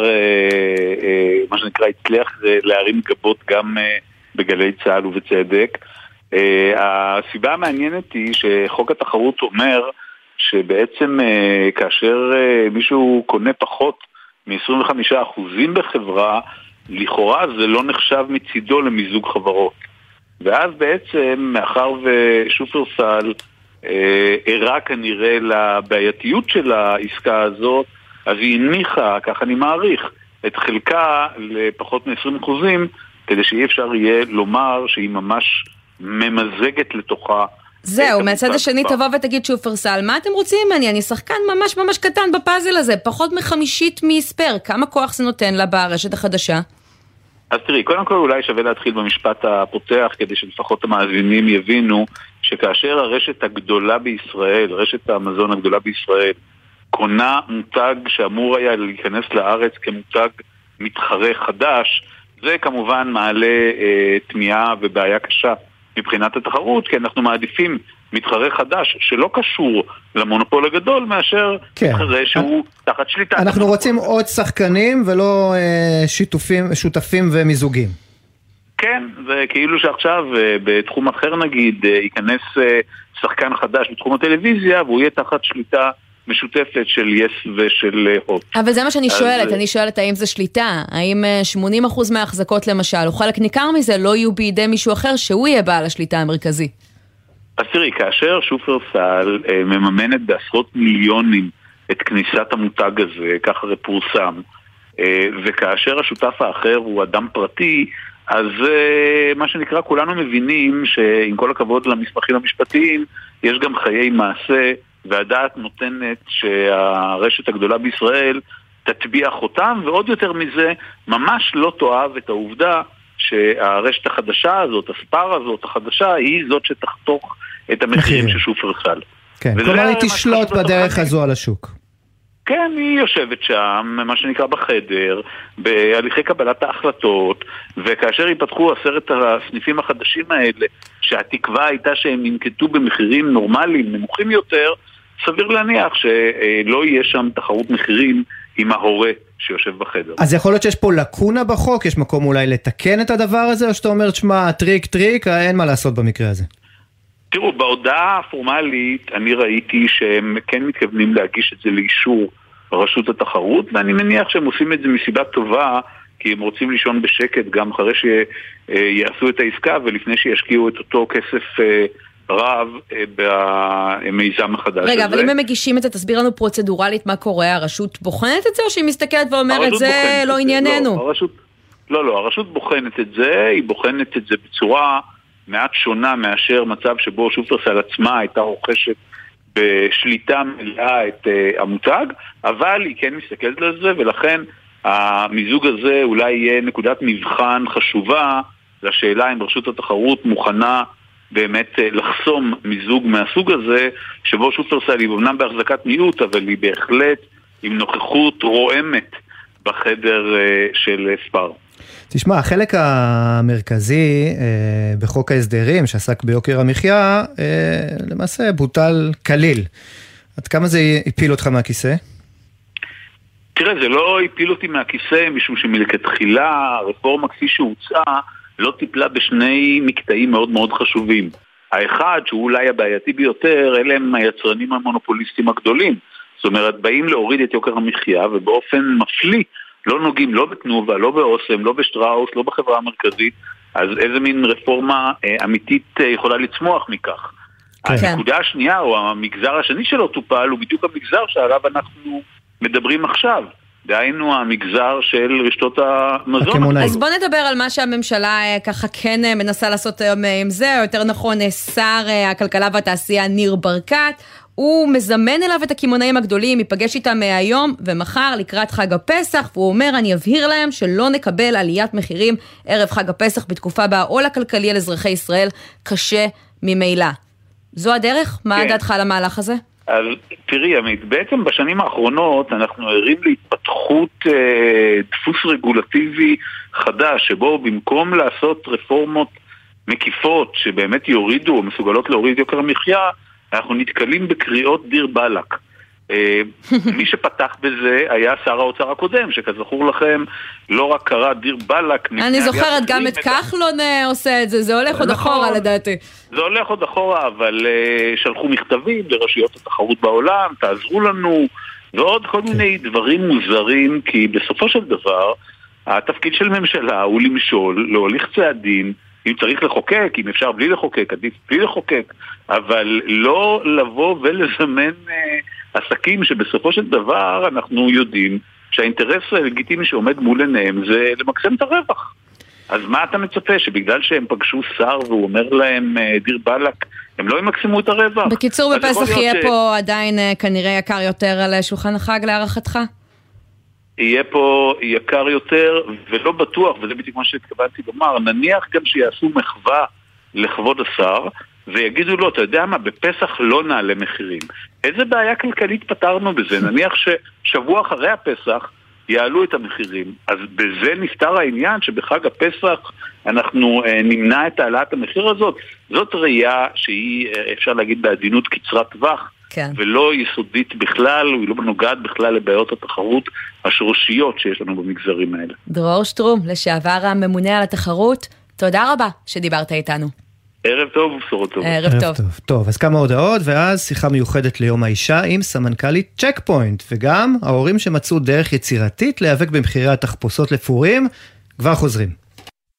מה שנקרא, הצליח להרים גבות גם בגלי צהל ובצדק. הסיבה המעניינת היא שחוק התחרות אומר שבעצם כאשר מישהו קונה פחות מ-25% בחברה, לכאורה זה לא נחשב מצידו למיזוג חברות. ואז בעצם, מאחר ושופרסל ערה כנראה לבעייתיות של העסקה הזאת, אז היא הנמיכה, כך אני מעריך, את חלקה לפחות מ-20%, כדי שאי אפשר יהיה לומר שהיא ממש ממזגת לתוכה. זהו, מהצד השני תבוא ותגיד שופרסל, מה אתם רוצים ממני? אני שחקן ממש ממש קטן בפאזל הזה, פחות מ50 מספר, כמה כוח זה נותן לה ברשת החדשה? אז תראי, קודם כל אולי שווה להתחיל במשפט הפותח, כדי שלפחות המאזינים יבינו שכאשר הרשת הגדולה בישראל, רשת המזון הגדולה בישראל, קונה מותג שאמור היה להיכנס לארץ כמותג מתחרה חדש, זה כמובן מעלה תמיהה ובעיה קשה מבחינת התחרות, כי אנחנו מעדיפים מתחרה חדש שלא קשור למונופול הגדול מאשר מתחרה שהוא תחת שליטה. אנחנו רוצים עוד שחקנים ולא שותפים ומיזוגים. כן, זה כאילו שעכשיו בתחום אחר נגיד ייכנס שחקן חדש בתחום הטלוויזיה והוא יהיה תחת שליטה משותפת של יס ושל הוט. אבל זה מה שאני שואלת, אני שואלת האם זה שליטה, האם 80% מההחזקות למשל, או חלק ניכר מזה לא יהיו בידי מישהו אחר שהוא יהיה בעל השליטה המרכזי. אז תראי, כאשר שופרסל מממנת בעשרות מיליונים את כניסת המותג הזה, ככה זה פורסם, וכאשר השותף האחר הוא אדם פרטי, אז מה שנקרא כולנו מבינים שעם כל הכבוד למסמכים המשפטיים, יש גם חיי מעשה, והדעת נותנת שהרשת הגדולה בישראל תטביע חותם, ועוד יותר מזה, ממש לא תאהב את העובדה שהרשת החדשה הזאת, הספר הזאת החדשה, היא זאת שתחתוך את המחירים של שופרסל. כן, כלומר היא תשלוט בדרך הזו על השוק. כן, היא יושבת שם, מה שנקרא בחדר, בהליכי קבלת ההחלטות, וכאשר ייפתחו 10 הסניפים החדשים האלה, שהתקווה הייתה שהם ינקטו במחירים נורמליים, נמוכים יותר, סביר להניח שלא יהיה שם תחרות מחירים עם ההורה שיושב בחדר. אז יכול להיות שיש פה לקונה בחוק, יש מקום אולי לתקן את הדבר הזה, או שאתה אומר, שמה, טריק, אין מה לעשות במקרה הזה? תראו, בהודעה הפורמלית אני ראיתי שהם כן מתכוונים להגיש את זה לאישור רשות התחרות, ואני מניח שהם עושים את זה מסיבה טובה, כי הם רוצים לישון בשקט גם אחרי שיעשו את העסקה, ולפני שישקיעו את אותו כסף רב במיזם החדש הזה. רגע, אבל אם הם מגישים את זה, תסביר לנו פרוצדורלית מה קורה, הרשות בוחנת את זה, או שהיא מסתכלת ואומרת, זה לא ענייננו? לא, הרשות בוחנת את זה, היא בוחנת את זה בצורה מעט שונה מאשר מצב שבו שופרסל עצמה הייתה רוכשת בשליטה מלאה את המותג, אבל היא כן מסתכלת על זה, ולכן המיזוג הזה אולי יהיה נקודת מבחן חשובה לשאלה אם רשות התחרות מוכנה באמת לחסום מיזוג מהסוג הזה, שבו שופרסל היא אמנם בהחזקת מיעוט, אבל היא בהחלט עם נוכחות רועמת בחדר של ספר. תשמע, החלק המרכזי בחוק ההסדרים שעסק ביוקר המחיה, למעשה בוטל כליל. עד כמה זה הפיל אותך מהכיסא? תראה, זה לא הפיל אותי מהכיסא, משום שמלכתחילה הרפורמה כפי שהוצאה לא טיפלה בשני מקטעים מאוד מאוד חשובים. האחד, שהוא אולי הבעייתי ביותר, אלה הם היצרנים המונופוליסטים הגדולים. זאת אומרת, באים להוריד את יוקר המחיה, ובאופן מפליא, לא נוגעים לא בתנובה, לא באוסם, לא בשטראוס, לא בחברה המרכזית, אז איזה מין רפורמה אמיתית יכולה לצמוח מכך. כן. הנקודה השנייה, או המגזר השני שלו טופל, הוא בדיוק המגזר שעליו אנחנו מדברים עכשיו. דהיינו המגזר של רשתות המזון. אז בוא נדבר על מה שהממשלה ככה כן מנסה לעשות היום עם זה, או יותר נכון שר הכלכלה והתעשייה ניר ברקת, הוא מזמן אליו את הכימונאים הגדולים, ייפגש איתם מהיום ומחר לקראת חג הפסח, והוא אומר, אני אבהיר להם שלא נקבל עליית מחירים ערב חג הפסח בתקופה בה העול הכלכלי על אזרחי ישראל קשה ממילא. זו הדרך? מה דעתך על המהלך הזה? אז תראי עמית, בעצם בשנים האחרונות אנחנו ערים להתפתחות דפוס רגולטיבי חדש, שבו במקום לעשות רפורמות מקיפות שבאמת יורידו או מסוגלות להוריד יוקר המחיה, אנחנו נתקלים בקריאות דיר בלק. מי שפתח בזה היה שר האוצר הקודם, שכזכור לכם לא רק קרא דיר בלק. אני זוכרת גם את כחלון עושה את זה, זה הולך עוד אחורה לדעתי. זה הולך עוד אחורה, אבל שלחו מכתבים לרשויות התחרות בעולם, תעזרו לנו, ועוד כל מיני דברים מוזרים, כי בסופו של דבר התפקיד של ממשלה הוא למשול, להוליך צעדים, אם צריך לחוקק, אם אפשר בלי לחוקק, עדיף בלי לחוקק, אבל לא לבוא ולזמן עסקים שבסופו של דבר אנחנו יודעים שהאינטרס הלגיטימי שעומד מול עיניהם זה למקסם את הרווח. אז מה אתה מצפה? שבגלל שהם פגשו שר והוא אומר להם דיר בלק, הם לא ימקסמו את הרווח? בקיצור, בפסח יהיה פה עדיין כנראה יקר יותר על שולחן החג להערכתך? יהיה פה יקר יותר ולא בטוח, וזה בדיוק מה שהתכוונתי לומר, נניח גם שיעשו מחווה לכבוד השר, ויגידו לו, אתה יודע מה, בפסח לא נעלה מחירים. איזה בעיה כלכלית פתרנו בזה? נניח ששבוע אחרי הפסח, יעלו את המחירים. אז בזה נפתר העניין שבחג הפסח אנחנו נמנע את העלאת המחיר הזאת. זאת ראייה שהיא, אפשר להגיד בעדינות קצרת טווח, כן. ולא יסודית בכלל, היא לא נוגעת בכלל לבעיות התחרות השורשיות שיש לנו במגזרים האלה. דרור שטרום, לשעבר הממונה על התחרות, תודה רבה שדיברת איתנו. ערב טוב ובשורות טובות. ערב טוב. טוב, אז כמה הודעות, ואז שיחה מיוחדת ליום האישה עם סמנכ"לית צ'ק פוינט, וגם ההורים שמצאו דרך יצירתית להיאבק במחירי התחפושות לפורים, כבר חוזרים.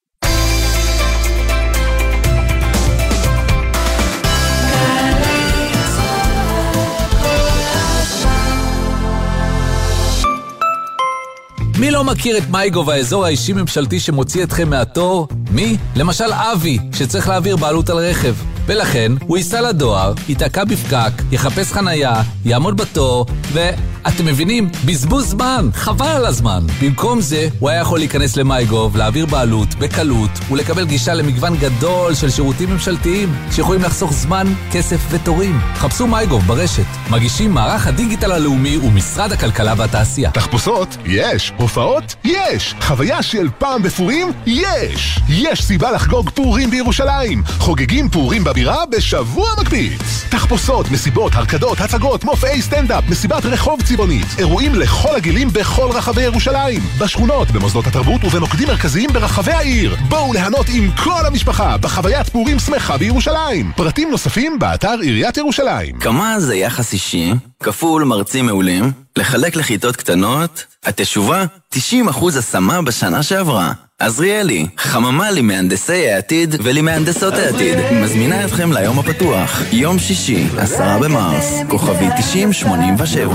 מי לא מכיר את מייגו והאזור האישי ממשלתי שמוציא אתכם מהתור? מי? למשל אבי, שצריך להעביר בעלות על רכב. ולכן הוא ייסע לדואר, ייתקע בפקק, יחפש חנייה, יעמוד בתור, ואתם מבינים? בזבוז זמן, חבל על הזמן. במקום זה, הוא היה יכול להיכנס למייגוב, להעביר בעלות, בקלות, ולקבל גישה למגוון גדול של שירותים ממשלתיים, שיכולים לחסוך זמן, כסף ותורים. חפשו מייגוב ברשת. מגישים מערך הדיגיטל הלאומי ומשרד הכלכלה והתעשייה. תחפושות? יש. הופעות? יש. חוויה של פעם בפורים? יש. יש סיבה לחגוג פורים בירושלים. חוגגים פורים בבירה בשבוע מקפיץ. תחפושות, מסיבות, הרקדות, הצגות, מופעי סטנדאפ, מסיבת רחוב צבעונית. אירועים לכל הגילים בכל רחבי ירושלים. בשכונות, במוסדות התרבות ובמוקדים מרכזיים ברחבי העיר. בואו ליהנות עם כל המשפחה בחוויית פורים שמחה בירושלים. פרטים נוספים באתר עיריית ירושלים. כמה זה יחס אישי, כפול מרצים מעולים, לחלק לכיתות קטנות, התשובה 90% השמה בשנה שעברה. עזריאלי, חממה למהנדסי העתיד ולמהנדסות העתיד, מזמינה אתכם ליום הפתוח, יום שישי, 10 במרס, כוכבי 9087.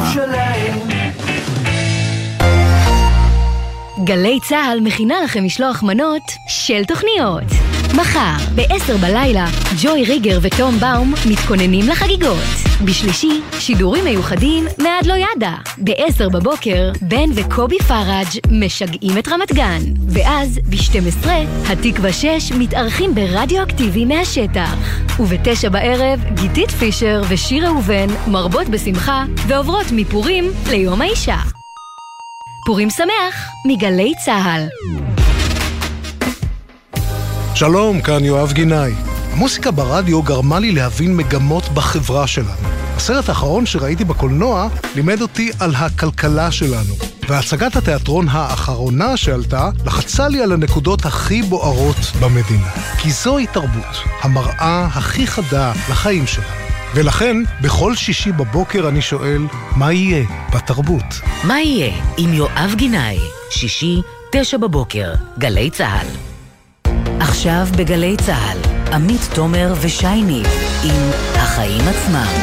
גלי צהל מכינה לכם משלוח מנות של תוכניות. מחר, ב-10 בלילה, ג'וי ריגר וטום באום מתכוננים לחגיגות. בשלישי, שידורים מיוחדים מעד לא ידע. ב-10 בבוקר, בן וקובי פראג' משגעים את רמת גן. ואז, ב-12, התקווה 6 מתארחים ברדיו אקטיבי מהשטח. וב-9 בערב, גיתית פישר ושיר ראובן מרבות בשמחה ועוברות מפורים ליום האישה. פורים שמח מגלי צהל. שלום, כאן יואב גינאי. המוסיקה ברדיו גרמה לי להבין מגמות בחברה שלנו. הסרט האחרון שראיתי בקולנוע לימד אותי על הכלכלה שלנו. והצגת התיאטרון האחרונה שעלתה לחצה לי על הנקודות הכי בוערות במדינה. כי זוהי תרבות, המראה הכי חדה לחיים שלנו. ולכן, בכל שישי בבוקר אני שואל, מה יהיה בתרבות? מה יהיה עם יואב גינאי? שישי, 9 בבוקר, גלי צהל. עכשיו בגלי צהל, עמית תומר ושייני עם החיים עצמם.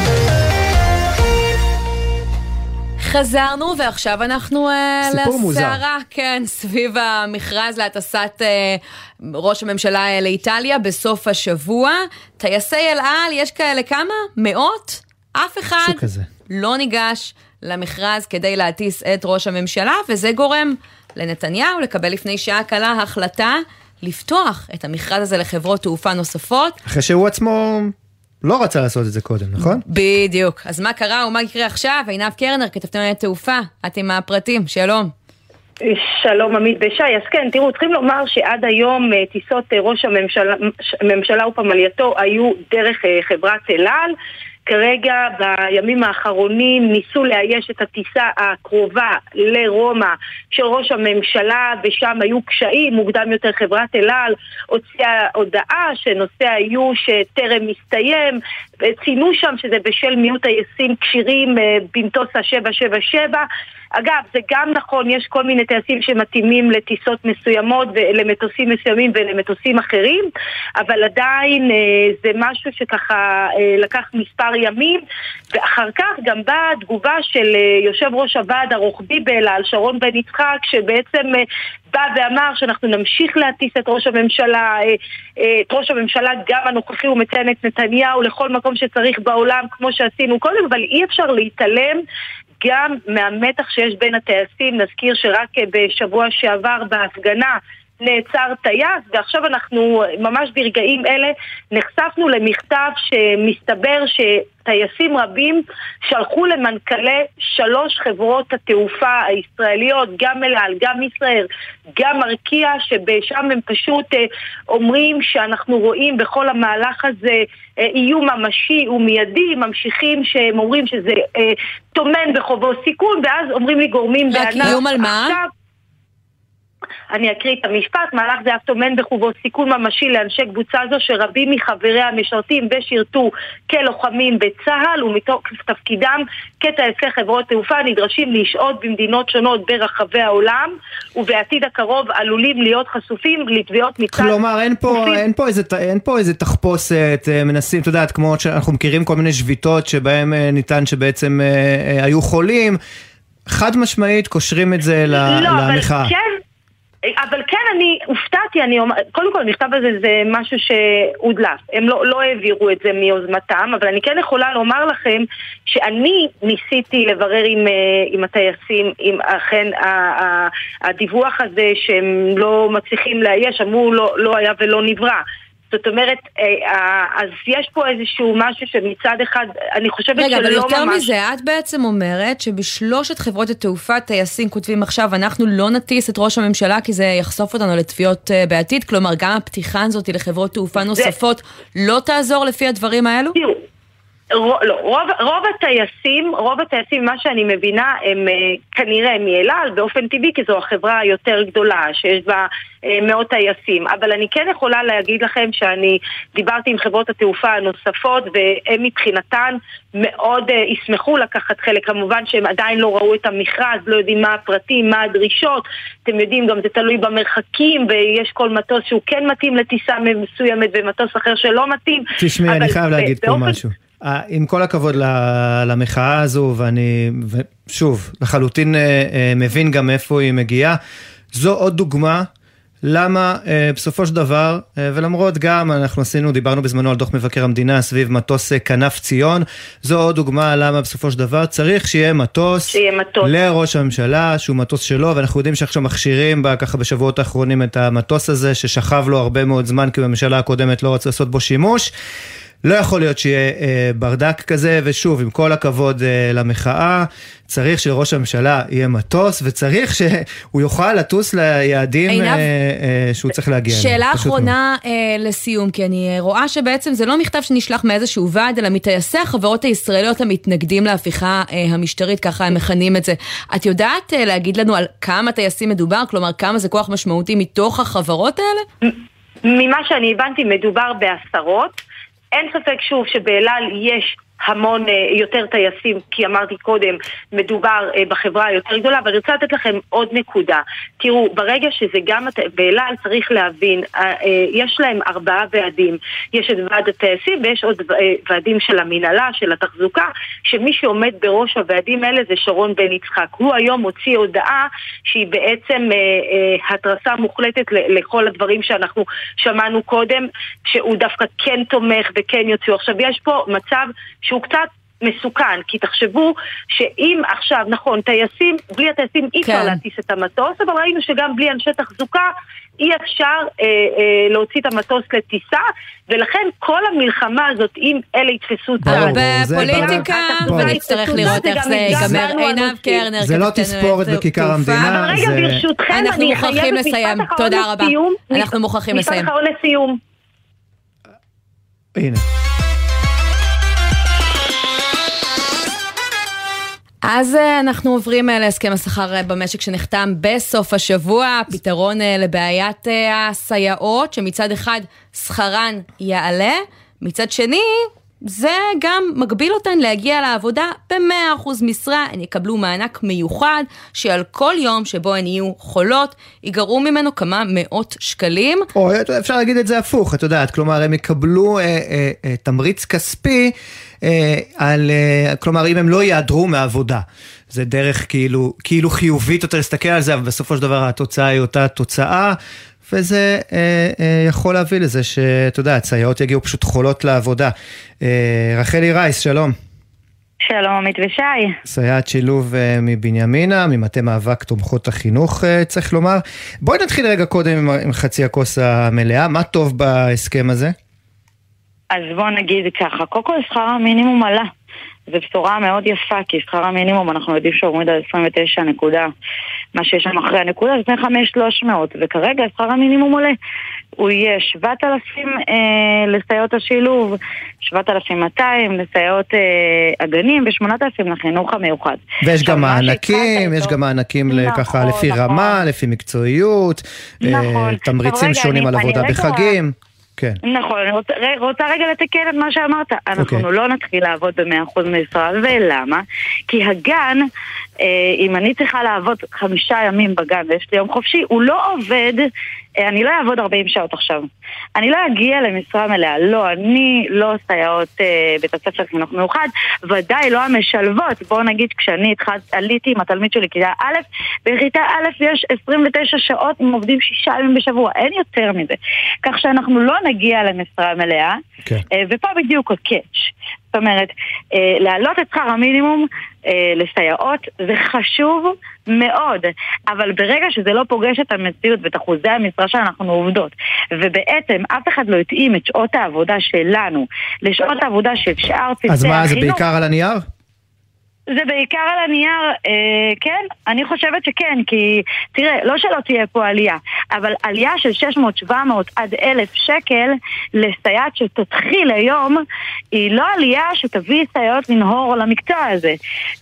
חזרנו ועכשיו אנחנו לסערה, כן, סביב המכרז להטסת ראש הממשלה לאיטליה בסוף השבוע. טייסי אל על, יש כאלה כמה? מאות? אף אחד לא ניגש למכרז כדי להטיס את ראש הממשלה, וזה גורם לנתניהו לקבל לפני שעה קלה החלטה לפתוח את המכרז הזה לחברות תעופה נוספות. אחרי שהוא עצמו לא רצה לעשות את זה קודם, נכון? בדיוק. אז מה קרה ומה יקרה עכשיו? עינב קרנר, כתבתנו על תעופה. את עם הפרטים, שלום. שלום עמית בשי. אז כן, תראו, צריכים לומר שעד היום טיסות ראש הממשלה ופמלייתו היו דרך חברת אל על. כרגע בימים האחרונים ניסו לאייש את הטיסה הקרובה לרומא של ראש הממשלה, ושם היו קשיים. מוקדם יותר חברת אל על הוציאה הודעה שנושא האיוש טרם מסתיים, ציינו שם שזה בשל מיעוט טייסים כשירים במטוס ה-777. אגב, זה גם נכון, יש כל מיני טייסים שמתאימים לטיסות מסוימות ולמטוסים מסוימים ולמטוסים אחרים, אבל עדיין זה משהו שככה לקח מספר ימים, ואחר כך גם באה תגובה של יושב ראש הוועד הרוחבי באל על, שרון בן יצחק, שבעצם בא ואמר שאנחנו נמשיך להטיס את ראש הממשלה, גם הנוכחי, הוא מציין את נתניהו לכל מקום שצריך בעולם, כמו שעשינו קודם, אבל אי אפשר להתעלם גם מהמתח שיש בין הטייסים. נזכיר שרק בשבוע שעבר בהפגנה נעצר טייס, ועכשיו אנחנו ממש ברגעים אלה נחשפנו למכתב שמסתבר שטייסים רבים שלחו למנכ"לי 3 חברות התעופה הישראליות, גם אל על, גם ישראל, גם ארקיע, שבשם הם פשוט אומרים שאנחנו רואים בכל המהלך הזה איום ממשי ומיידי, ממשיכים שהם אומרים שזה תומן בחובו סיכון, ואז אומרים לי גורמים בענף. רק איום על מה? אני אקריא את המשפט. מהלך זה אף טומן בחובו סיכון ממשי לאנשי קבוצה זו שרבים מחבריה המשרתים ושירתו כלוחמים בצה"ל, ומתוקף תפקידם כטייסי חברות תעופה נדרשים לשהות במדינות שונות ברחבי העולם, ובעתיד הקרוב עלולים להיות חשופים לתביעות מצד... כלומר, אין פה איזה תחפושת, מנסים, אתה יודעת, כמו שאנחנו מכירים כל מיני שביתות שבהם ניתן שבעצם היו חולים, חד משמעית קושרים את זה למחאה. אבל כן, אני הופתעתי, קודם כל המכתב הזה זה משהו שהודלף, הם לא העבירו את זה מיוזמתם, אבל אני כן יכולה לומר לכם שאני ניסיתי לברר עם הטייסים, אם אכן הדיווח הזה שהם לא מצליחים לאייש, אמרו לא היה ולא נברא. זאת אומרת, אז יש פה איזשהו משהו שמצד אחד, אני חושבת שלא ממש... רגע, אבל יותר מזה, את בעצם אומרת שבשלושת חברות התעופה טייסים כותבים עכשיו, אנחנו לא נטיס את ראש הממשלה, כי זה יחשוף אותנו לתביעות בעתיד, כלומר, גם הפתיחה הזאת לחברות תעופה נוספות לא תעזור לפי הדברים האלו? תראו, רוב הטייסים, מה שאני מבינה, הם כנראה מאל על באופן טבעי, כי זו החברה היותר גדולה, שיש בה מאות טייסים. אבל אני כן יכולה להגיד לכם שאני דיברתי עם חברות התעופה הנוספות, והם מבחינתן מאוד ישמחו לקחת חלק. כמובן שהם עדיין לא ראו את המכרז, לא יודעים מה הפרטים, מה הדרישות. אתם יודעים, גם זה תלוי במרחקים, ויש כל מטוס שהוא כן מתאים לטיסה מסוימת, ומטוס אחר שלא מתאים. תשמעי, אני חייב להגיד פה משהו. עם כל הכבוד למחאה הזו, ואני שוב לחלוטין מבין גם איפה היא מגיעה, זו עוד דוגמה למה בסופו של דבר, ולמרות גם אנחנו דיברנו בזמנו על דוח מבקר המדינה סביב מטוס כנף ציון, זו עוד דוגמה למה בסופו של דבר צריך שיהיה מטוס לראש הממשלה, שהוא מטוס שלו, ואנחנו יודעים שעכשיו מכשירים ככה בשבועות האחרונים את המטוס הזה, ששכב לו הרבה מאוד זמן, כי בממשלה הקודמת לא רצה לעשות בו שימוש. לא יכול להיות שיהיה ברדק כזה, ושוב, עם כל הכבוד למחאה, צריך שלראש הממשלה יהיה מטוס, וצריך שהוא יוכל לטוס ליעדים שהוא צריך להגיע. שאלה אחרונה לסיום, כי אני רואה שבעצם זה לא מכתב שנשלח מאיזשהו ועד, אלא מטייסי החברות הישראליות המתנגדים להפיכה המשטרית, ככה הם מכנים את זה. את יודעת להגיד לנו על כמה טייסים מדובר, כלומר כמה זה כוח משמעותי מתוך החברות האלה? ממה שאני הבנתי מדובר בעשרות, אין ספק שוב שבאל על יש המון יותר טייסים, כי אמרתי קודם, מדובר בחברה היותר גדולה, אבל אני רוצה לתת לכם עוד נקודה. תראו, ברגע שזה גם באל על צריך להבין, יש להם 4 ועדים, יש את ועד הטייסים ויש עוד ועדים של המנהלה, של התחזוקה, שמי שעומד בראש הוועדים האלה זה שרון בן יצחק. הוא היום הוציא הודעה שהיא בעצם התרסה מוחלטת לכל הדברים שאנחנו שמענו קודם, שהוא דווקא כן תומך וכן יוצאו. עכשיו יש פה מצב שהוא קצת מסוכן, כי תחשבו שאם עכשיו, נכון, טייסים, בלי הטייסים אי אפשר להטיס את המטוס, אבל ראינו שגם בלי אנשי תחזוקה אי אפשר להוציא את המטוס לטיסה, ולכן כל המלחמה הזאת, אם אלה יתפסו בפוליטיקה, ונצטרך לראות איך זה ייגמר. עינב קרנר, זה לא תספורת בכיכר המדינה. אבל רגע, ברשותכם, אנחנו מוכרחים לסיים. תודה רבה. אנחנו מוכרחים לסיים. משפט אחרון לסיום. הנה. אז אנחנו עוברים להסכם השכר במשק שנחתם בסוף השבוע, פתרון לבעיית הסייעות, שמצד אחד שכרן יעלה, מצד שני זה גם מגביל אותן להגיע לעבודה ב100% משרה, הן יקבלו מענק מיוחד, שעל כל יום שבו הן יהיו חולות, ייגרו ממנו כמה מאות שקלים. או אפשר להגיד את זה הפוך, את יודעת, כלומר הם יקבלו תמריץ כספי, כלומר אם הם לא יעדרו מעבודה. זה דרך כאילו חיובית יותר להסתכל על זה, אבל בסופו של דבר התוצאה היא אותה תוצאה, וזה יכול להביא לזה שאתה יודע, סייעות יגיעו פשוט חולות לעבודה. רחלי רייס, שלום. שלום עמית ושי. סייעת שילוב מבנימינה, ממטה מאבק תומכות החינוך, צריך לומר. בואי נתחיל רגע קודם עם חצי הכוס המלאה. מה טוב בהסכם הזה? אז בוא נגיד ככה, קודם כל שכר המינימום עלה. זו בשורה מאוד יפה, כי שכר המינימום אנחנו יודעים שהוא עומד על 29 נקודה. מה שיש שם אחרי הנקודה זה 5,300, וכרגע שכר המינימום עולה. הוא יהיה 7,000 לסייעות השילוב, 7,200 לסייעות הגנים ו8,000 לחינוך המיוחד. ויש גם מענקים, יש גם מענקים ככה לפי רמה, לפי מקצועיות, תמריצים שונים על עבודה בחגים. כן. נכון, אני רוצה רגע לתקן את מה שאמרת. אנחנו לא נתחיל לעבוד ב100% משרה, ולמה? כי הגן, אם אני צריכה לעבוד 5 ימים בגן ויש לי יום חופשי, הוא לא עובד, אני לא אעבוד 40 שעות עכשיו. אני לא אגיע למשרה מלאה, לא אני, לא סייעות בית הספר חינוך מיוחד, ודאי לא המשלבות. בואו נגיד, כשאני עליתי עם התלמיד שלי כיתה א', בכיתה א' יש 29 שעות, הם עובדים 6 ימים בשבוע, אין יותר מזה. כך שאנחנו לא נגיע למשרה מלאה, ופה בדיוק הקאץ'. זאת אומרת, להעלות את שכר המינימום לסייעות זה חשוב מאוד, אבל ברגע שזה לא פוגש את המציאות ואת אחוזי המשרה שאנחנו עובדות, ובעצם אף אחד לא יתאים את שעות העבודה שלנו לשעות העבודה של שאר צוותי החינוך. אז מה, זה בעיקר על הנייר? זה בעיקר על הנייר, כן, אני חושבת שכן, כי תראה, לא שלא תהיה פה עלייה, אבל עלייה של 600, 700 עד 1,000 שקל לסייעת שתתחיל היום, היא לא עלייה שתביא סייעות לנהור למקצוע הזה.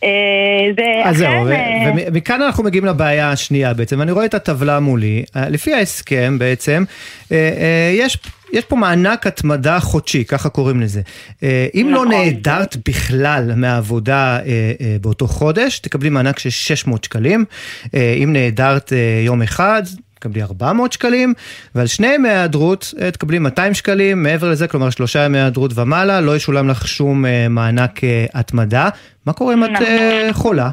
אז זהו, ומכאן אנחנו מגיעים לבעיה השנייה בעצם, אני רואה את הטבלה מולי, לפי ההסכם בעצם, יש פה מענק התמדה חודשי, ככה קוראים לזה. אם לא נעדרת בכלל מהעבודה באותו חודש, תקבלי מענק של 600 שקלים. אם נעדרת יום אחד, תקבלי 400 שקלים, ועל 2 ימי היעדרות תקבלי 200 שקלים. מעבר לזה, כלומר 3 ימי היעדרות ומעלה, לא ישולם לך שום מענק התמדה. מה קורה אם את חולה?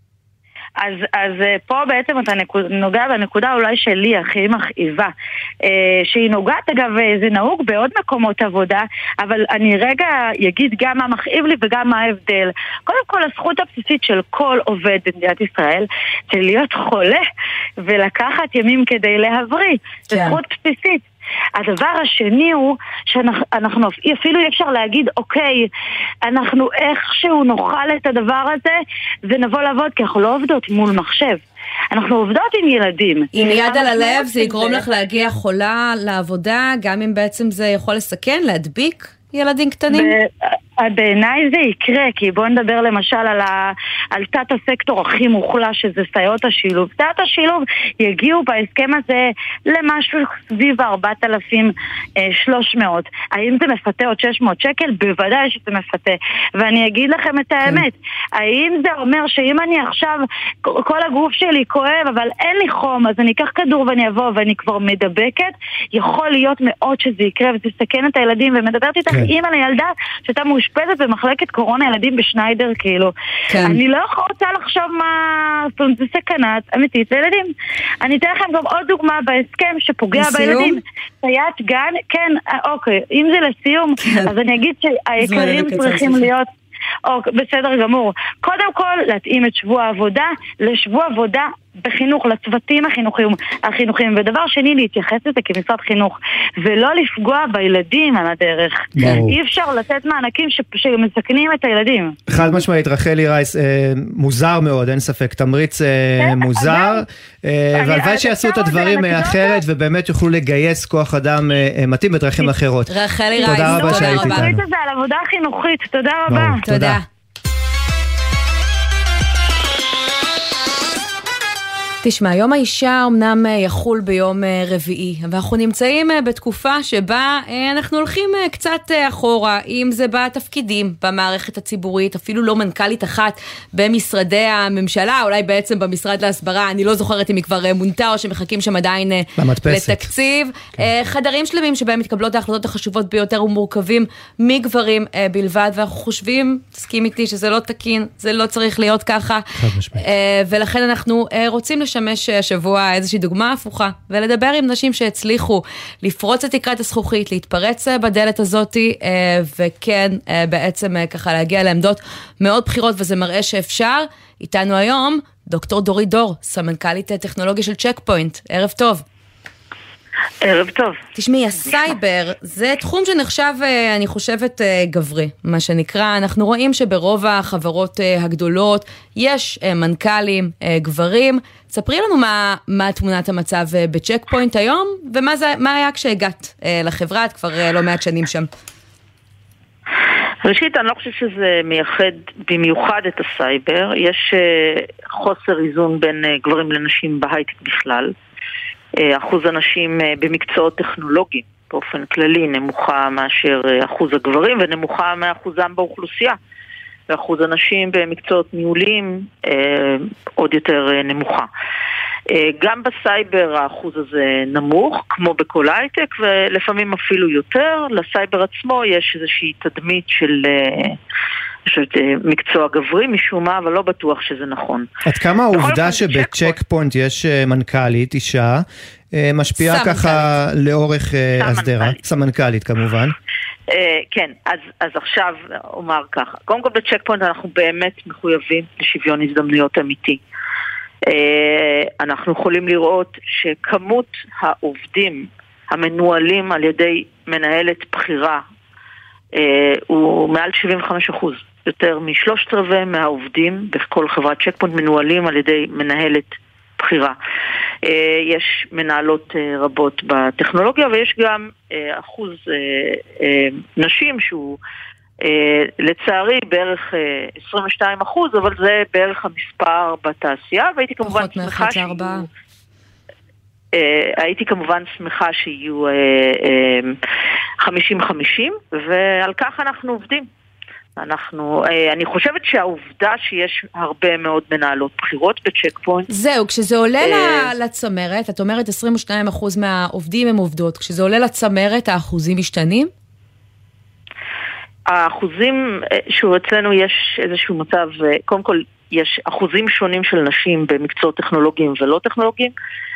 אז פה בעצם אתה נוגע בנקודה אולי שלי הכי מכאיבה, שהיא נוגעת, אגב, זה נהוג בעוד מקומות עבודה, אבל אני רגע אגיד גם מה מכאיב לי וגם מה ההבדל. קודם כל, הזכות הבסיסית של כל עובד במדינת ישראל זה להיות חולה ולקחת ימים כדי להבריא. זה זכות בסיסית. הדבר השני הוא שאנחנו אפילו אי אפשר להגיד אוקיי, אנחנו איכשהו נאכל את הדבר הזה ונבוא לעבוד, כי אנחנו לא עובדות מול מחשב, אנחנו עובדות עם ילדים. עם יד על הלב זה יגרום לך להגיע חולה לעבודה, גם אם בעצם זה יכול לסכן, להדביק ילדים קטנים? בעיניי זה יקרה, כי בואו נדבר למשל על תת הסקטור הכי מוחלש, שזה סייעות השילוב. סייעות השילוב יגיעו בהסכם הזה למשהו סביב 4,300. האם זה מפתה עוד 600 שקל? בוודאי שזה מפתה. ואני אגיד לכם את האמת, האם זה אומר שאם אני עכשיו, כל הגוף שלי כואב, אבל אין לי חום, אז אני אקח כדור ואני אבוא ואני כבר מדבקת? יכול להיות מאוד שזה יקרה וזה סכן את הילדים, ומדברת איתך אימא לילדה שאתה מאושפזת במחלקת קורונה ילדים בשניידר, כאילו. אני לא רוצה לחשוב מה... זה סכנה אמיתית לילדים. אני אתן לכם גם עוד דוגמה בהסכם שפוגע בילדים. סייעת גן, כן, אוקיי, אם זה לסיום, אז אני אגיד שהעיקרים צריכים להיות... בסדר גמור. קודם כל, להתאים את שבוע העבודה לשבוע עבודה בחינוך, לצוותים החינוכיים, ודבר שני, להתייחס לזה כמשרד חינוך, ולא לפגוע בילדים על הדרך. אי אפשר לתת מענקים שמסכנים את הילדים. חד משמעית, רחלי רייס, מוזר מאוד, אין ספק, תמריץ מוזר, והלוואי שיעשו את הדברים אחרת, ובאמת יוכלו לגייס כוח אדם מתאים בדרכים אחרות. רחלי רייס, תודה רבה שהיית איתנו. תמריץ הזה על עבודה חינוכית, תודה רבה. תודה. תשמע, יום האישה אמנם יחול ביום רביעי, ואנחנו נמצאים בתקופה שבה אנחנו הולכים קצת אחורה, אם זה בתפקידים במערכת הציבורית, אפילו לא מנכ"לית אחת במשרדי הממשלה, אולי בעצם במשרד להסברה, אני לא זוכרת אם היא כבר מונתה או שמחכים שם עדיין לתקציב. חדרים שלמים שבהם מתקבלות ההחלטות החשובות ביותר ומורכבים מגברים בלבד, ואנחנו חושבים, תסכים איתי שזה לא תקין, זה לא צריך להיות ככה, ולכן אנחנו רוצים לשנות לשמש השבוע איזושהי דוגמה הפוכה, ולדבר עם נשים שהצליחו לפרוץ את תקרת הזכוכית, להתפרץ בדלת הזאת, וכן, בעצם ככה להגיע לעמדות מאוד בחירות, וזה מראה שאפשר. איתנו היום דוקטור דורית דור, סמנכ"לית טכנולוגיה של צ'ק פוינט. ערב טוב. ערב טוב. תשמעי, הסייבר זה תחום שנחשב, אני חושבת, גברי, מה שנקרא. אנחנו רואים שברוב החברות הגדולות יש מנכ"לים גברים. ספרי לנו מה תמונת המצב בצ'ק פוינט היום, ומה היה כשהגעת לחברה, את כבר לא מעט שנים שם. ראשית, אני לא חושב שזה מייחד במיוחד את הסייבר. יש חוסר איזון בין גברים לנשים בהייטק בכלל. אחוז הנשים במקצועות טכנולוגיים באופן כללי נמוכה מאשר אחוז הגברים, ונמוכה מאחוזם באוכלוסייה. ואחוז הנשים במקצועות ניהוליים עוד יותר נמוכה. גם בסייבר האחוז הזה נמוך, כמו בכל הייטק, ולפעמים אפילו יותר. לסייבר עצמו יש איזושהי תדמית של מקצוע גברי משום מה, אבל לא בטוח שזה נכון. עד כמה העובדה שבצ'ק פוינט יש מנכ"לית, אישה, משפיעה ככה לאורך הסדרה? סמנכ"לית כמובן. כן, אז עכשיו אומר ככה. קודם כל בצ'ק פוינט אנחנו באמת מחויבים לשוויון הזדמנויות אמיתי. אנחנו יכולים לראות שכמות העובדים המנוהלים על ידי מנהלת בחירה הוא מעל 75%. יותר מ3/4 מהעובדים בכל חברת צ'ק פוינט מנוהלים על ידי מנהלת בחירה. יש מנהלות רבות בטכנולוגיה, ויש גם אחוז נשים שהוא לצערי בערך 22%, אבל זה בערך המספר בתעשייה, והייתי כמובן שמחה הייתי כמובן שמחה שיהיו 50-50, ועל כך אנחנו עובדים. אני חושבת שהעובדה שיש הרבה מאוד מנהלות בחירות בצ'ק פוינט. זהו, כשזה עולה לצמרת, את אומרת 22% מהעובדים הם עובדות, כשזה עולה לצמרת האחוזים משתנים? האחוזים, שוב אצלנו יש איזשהו מצב, קודם כל יש אחוזים שונים של נשים במקצועות טכנולוגיים ולא טכנולוגיים,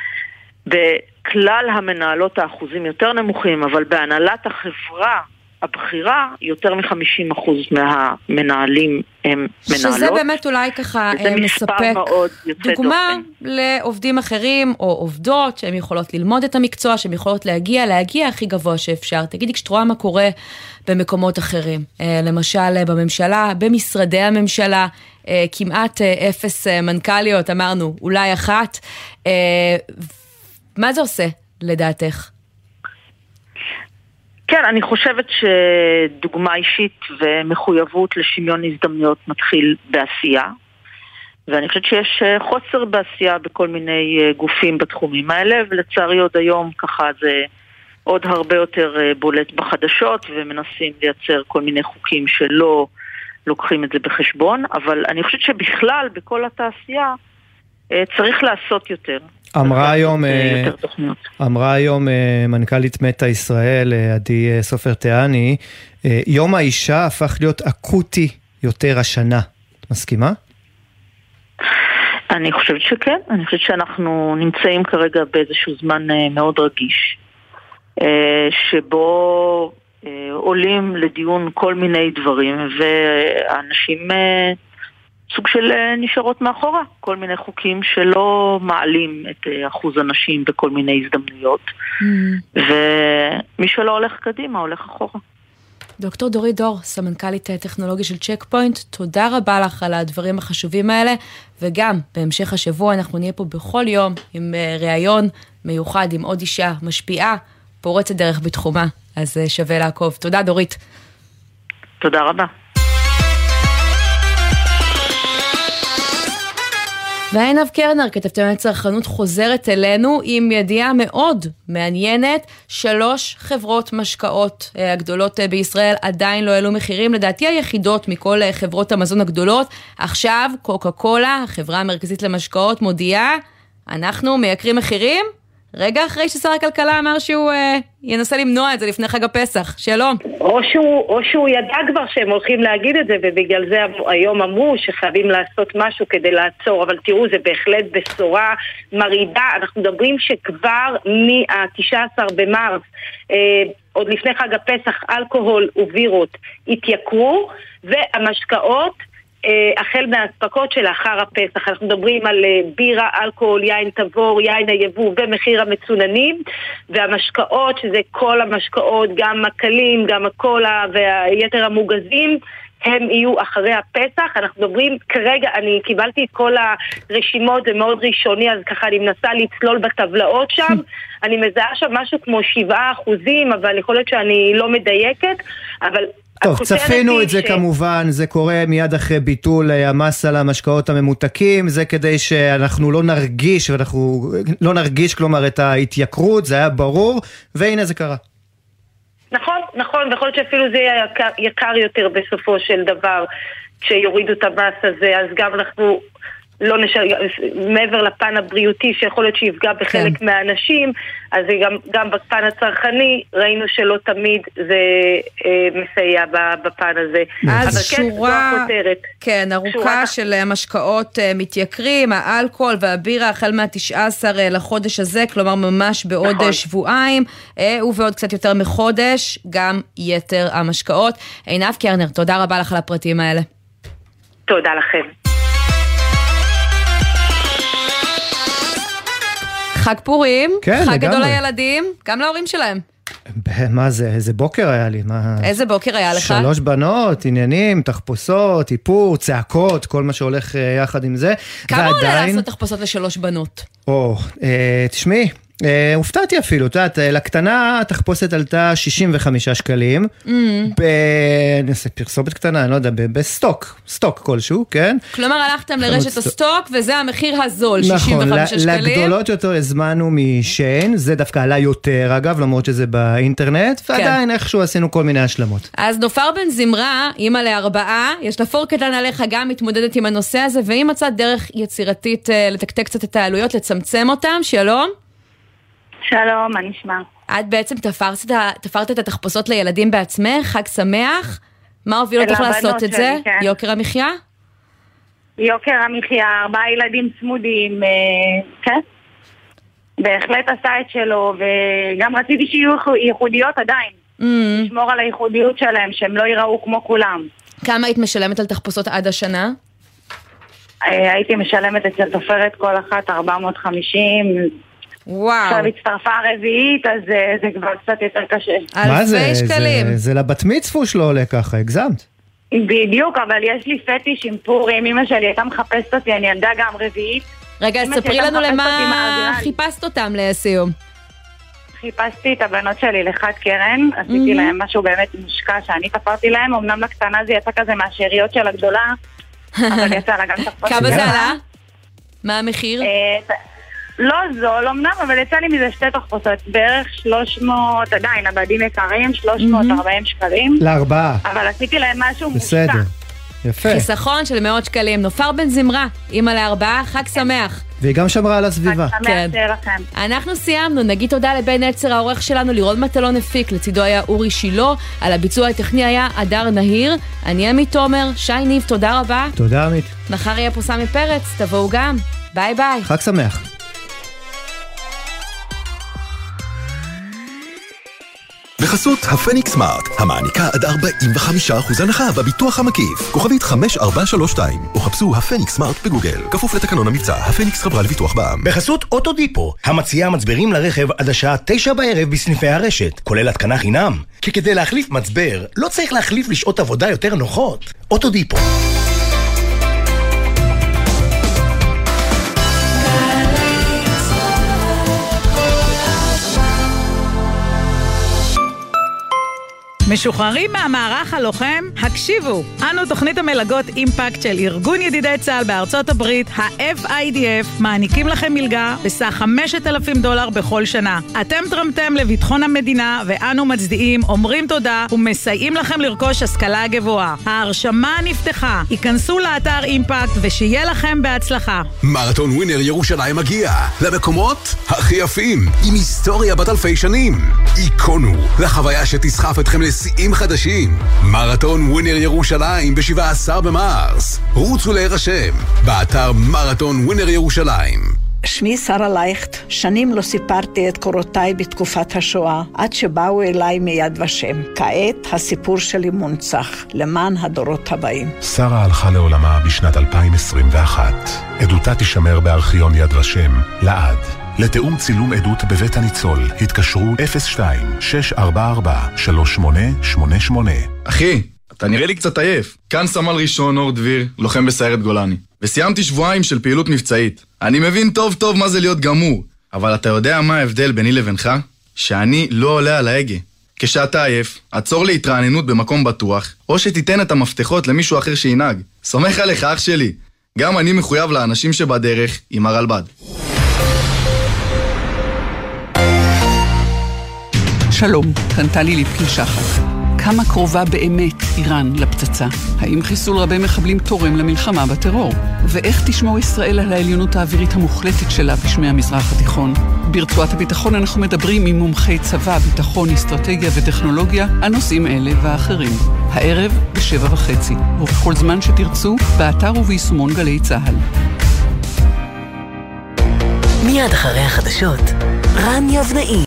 בכלל המנהלות האחוזים יותר נמוכים, אבל בהנהלת החברה הבחירה יותר מ-50% מהמנהלים הם מנהלות. שזה באמת אולי ככה מספק דוגמה לעובדים אחרים או עובדות שהן יכולות ללמוד את המקצוע, שהן יכולות להגיע הכי גבוה שאפשר. תגידי, כשאת רואה מה קורה במקומות אחרים, למשל בממשלה, במשרדי הממשלה, כמעט 0 מנכ"ליות, אמרנו, אולי 1. מה זה עושה לדעתך? כן, אני חושבת שדוגמה אישית ומחויבות לשוויון הזדמנויות מתחיל בעשייה, ואני חושבת שיש חוסר בעשייה בכל מיני גופים בתחומים האלה, ולצערי עוד היום ככה זה עוד הרבה יותר בולט בחדשות, ומנסים לייצר כל מיני חוקים שלא לוקחים את זה בחשבון, אבל אני חושבת שבכלל בכל התעשייה צריך לעשות יותר. אמרה היום מנכ"לית מטא ישראל, עדי סופר תיאני, יום האישה הפך להיות אקוטי יותר השנה. את מסכימה? אני חושבת שכן. אני חושבת שאנחנו נמצאים כרגע באיזשהו זמן מאוד רגיש, שבו עולים לדיון כל מיני דברים, ואנשים סוג של נשארות מאחורה, כל מיני חוקים שלא מעלים את אחוז הנשים בכל מיני הזדמנויות, ומי שלא הולך קדימה, הולך אחורה. דוקטור דורית דור, סמנכ"לית טכנולוגיה של צ'ק פוינט, תודה רבה לך על הדברים החשובים האלה, וגם בהמשך השבוע אנחנו נהיה פה בכל יום עם ראיון מיוחד עם עוד אישה משפיעה, פורצת דרך בתחומה, אז שווה לעקוב. תודה דורית. תודה רבה. ועינב קרנר, כתבתנו צרכנות, חוזרת אלינו עם ידיעה מאוד מעניינת. 3 חברות משקאות הגדולות בישראל עדיין לא העלו מחירים, לדעתי היחידות מכל חברות המזון הגדולות. עכשיו קוקה קולה, החברה המרכזית למשקאות, מודיעה, אנחנו מייקרים מחירים רגע אחרי ששר הכלכלה אמר שהוא ינסה למנוע את זה לפני חג הפסח. שלום. או שהוא ידע כבר שהם הולכים להגיד את זה, ובגלל זה היום אמרו שחייבים לעשות משהו כדי לעצור, אבל תראו, זה בהחלט בשורה מרעידה. אנחנו מדברים שכבר מה-19 במרץ, עוד לפני חג הפסח, אלכוהול ובירות התייקרו, והמשקאות החל מהספקות שלאחר הפסח. אנחנו מדברים על בירה, אלכוהול, יין תבור, יין היבוא ומחיר המצוננים, והמשקאות, שזה כל המשקאות, גם הקלים, גם הקולה והיתר המוגזים, הם יהיו אחרי הפסח. אנחנו מדברים כרגע, אני קיבלתי את כל הרשימות, זה מאוד ראשוני, אז ככה אני מנסה לצלול בטבלאות שם, אני מזהה שם משהו כמו 7%, אבל יכול להיות שאני לא מדייקת, אבל טוב, צפינו את זה כמובן, זה קורה מיד אחרי ביטול המס על המשקאות הממותקים, זה כדי שאנחנו לא נרגיש, כלומר את ההתייקרות, זה היה ברור, והנה זה קרה. נכון, ויכול להיות שאפילו זה יהיה יקר יותר בסופו של דבר, כשיורידו את המס הזה, אז גם אנחנו לא מעבר לפן הבריאותי שיכול להיות שיפגע בחלק מהאנשים, אז גם בפן הצרכני ראינו שלא תמיד זה מסייע בפן הזה. אז שורה, כן, ארוכה של המשקאות מתייקרים, האלכוהול והבירה החל מה-19 לחודש הזה, כלומר ממש בעוד שבועיים, ובעוד קצת יותר מחודש, גם יתר המשקאות. עינב קרנר, תודה רבה לך על הפרטים האלה. תודה לכם. חג פורים, כן, חג גדול לילדים, גם להורים שלהם. מה זה? איזה בוקר היה לי? איזה בוקר היה לך? 3 בנות, עניינים, תחפושות, איפור, צעקות, כל מה שהולך יחד עם זה. כמה עולה לעשות תחפושות ל3 בנות? תשמעי, הופתעתי אפילו, את יודעת, לקטנה התחפושת עלתה 65 שקלים, פרסומת קטנה, אני לא יודע, בסטוק כלשהו, כן? כלומר, הלכתם לרשת הסטוק, וזה המחיר הזול, 65 שקלים. לגדולות יותר הזמנו משיין, זה דווקא עלה יותר, אגב, למרות שזה באינטרנט, ועדיין איכשהו עשינו כל מיני השלמות. אז נופר בן זמרה, אמא ל4, יש לה פור קטן עליך, גם מתמודדת עם הנושא הזה, והיא מצאת דרך יצירתית לתקתק קצת את העלויות, לצמצם אותם. שלום. שלום, מה נשמע? את בעצם תפרת את התחפושות לילדים בעצמך, חג שמח. מה הוביל אותך לעשות את זה? כן. יוקר המחיה? יוקר המחיה, 4 ילדים צמודים, כן. בהחלט עשה את שלו, וגם רציתי שיהיו ייחודיות עדיין. לשמור על הייחודיות שלהם, שהם לא ייראו כמו כולם. כמה היית משלמת על תחפושות עד השנה? הייתי משלמת אצל תופרת כל אחת 450. וואו. עכשיו הצטרפה הרביעית, אז זה כבר קצת יותר קשה. מה זה? זה לבת מצווש לא עולה ככה, הגזמת. בדיוק, אבל יש לי פטיש עם פורים, אמא שלי הייתה מחפשת אותי, אני ילדה גם רביעית. רגע, אז ספרי לנו למה חיפשת אותם לסיום. חיפשתי את הבנות שלי לחד קרן, עשיתי להם משהו באמת מושקע שאני תפרתי להם, אמנם לקטנה זה יצא כזה מהשאריות של הגדולה, אבל יצא לה גם תפרתי. כמה זה עלה? מה המחיר? לא זול, אמנם, אבל יצא לי מזה 2 תחפושות, בערך 300, עדיין, הבדים יקרים, 340 שקלים. ל4. אבל עשיתי להם משהו מושקע. בסדר, יפה. חיסכון של 100 שקלים. נופר בן זמרה, אמא ל4, חג שמח. והיא גם שמרה על הסביבה. חג שמח שלכם. אנחנו סיימנו, נגיד תודה לבן עצר העורך שלנו, לירון מטלון הפיק, לצידו היה אורי שילו, על הביצוע הטכני היה אדר נהיר, אני עמית תומר, שי ניב, תודה רבה. תודה עמית. מחר יהיה פה סמי פרץ, תבואו גם. ביי ביי. חג שמח. בחסות הפניקס סמארט, המעניקה עד 45% הנחה בביטוח המקיף. כוכבית 5432, או חפשו הפניקס סמארט בגוגל. כפוף לתקנון המבצע, הפניקס חברה לביטוח בע"מ. בחסות אוטודיפו, המציעה מצברים לרכב עד השעה 9 בערב בסניפי הרשת, כולל התקנה חינם. כי כדי להחליף מצבר, לא צריך להחליף לשעות עבודה יותר נוחות. אוטודיפו. משוחררים מהמערך הלוחם? הקשיבו, אנו תוכנית המלגות אימפקט של ארגון ידידי צה"ל בארצות הברית, ה-FIDF, מעניקים לכם מלגה בסך $5,000 בכל שנה. אתם תרמתם לביטחון המדינה, ואנו מצדיעים, אומרים תודה ומסייעים לכם לרכוש השכלה גבוהה. ההרשמה נפתחה, היכנסו לאתר אימפקט ושיהיה לכם בהצלחה. מרתון ווינר ירושלים מגיע למקומות הכי יפים, עם היסטוריה בת אלפי שנים. איקונו לחוויה שתסחף אתכם לשיאים חדשים. מרתון ווינר ירושלים ב-17 במרס. רוצו להירשם באתר מרתון ווינר ירושלים. שמי שרה לייכט, שנים לא סיפרתי את קורותיי בתקופת השואה, עד שבאו אליי מיד ושם. כעת הסיפור שלי מונצח, למען הדורות הבאים. שרה הלכה לעולמה בשנת 2021. עדותה תישמר בארכיון יד ושם, לעד. לתאום צילום עדות בבית הניצול, התקשרו 02-644-3888. אחי, אתה נראה לי קצת עייף. כאן סמל ראשון אור דביר, לוחם בסיירת גולני. וסיימתי שבועיים של פעילות מבצעית. אני מבין טוב טוב מה זה להיות גמור. אבל אתה יודע מה ההבדל ביני לבינך? שאני לא עולה על ההגה. כשאתה עייף, עצור להתרעננות במקום בטוח, או שתיתן את המפתחות למישהו אחר שינהג. סומך עליך אח שלי. גם אני מחויב לאנשים שבדרך עם הרלב"ד. שלום, כאן טלי ליפקין שחק. כמה קרובה באמת איראן לפצצה? האם חיסול רבי מחבלים תורם למלחמה בטרור? ואיך תשמור ישראל על העליונות האווירית המוחלטת שלה בשמי המזרח התיכון? ברצועת הביטחון אנחנו מדברים עם מומחי צבא, ביטחון, אסטרטגיה וטכנולוגיה על נושאים אלה ואחרים. הערב ב-7:30, ובכל זמן שתרצו, באתר וביישומון גלי צהל. מיד אחרי החדשות, רן יבנאי.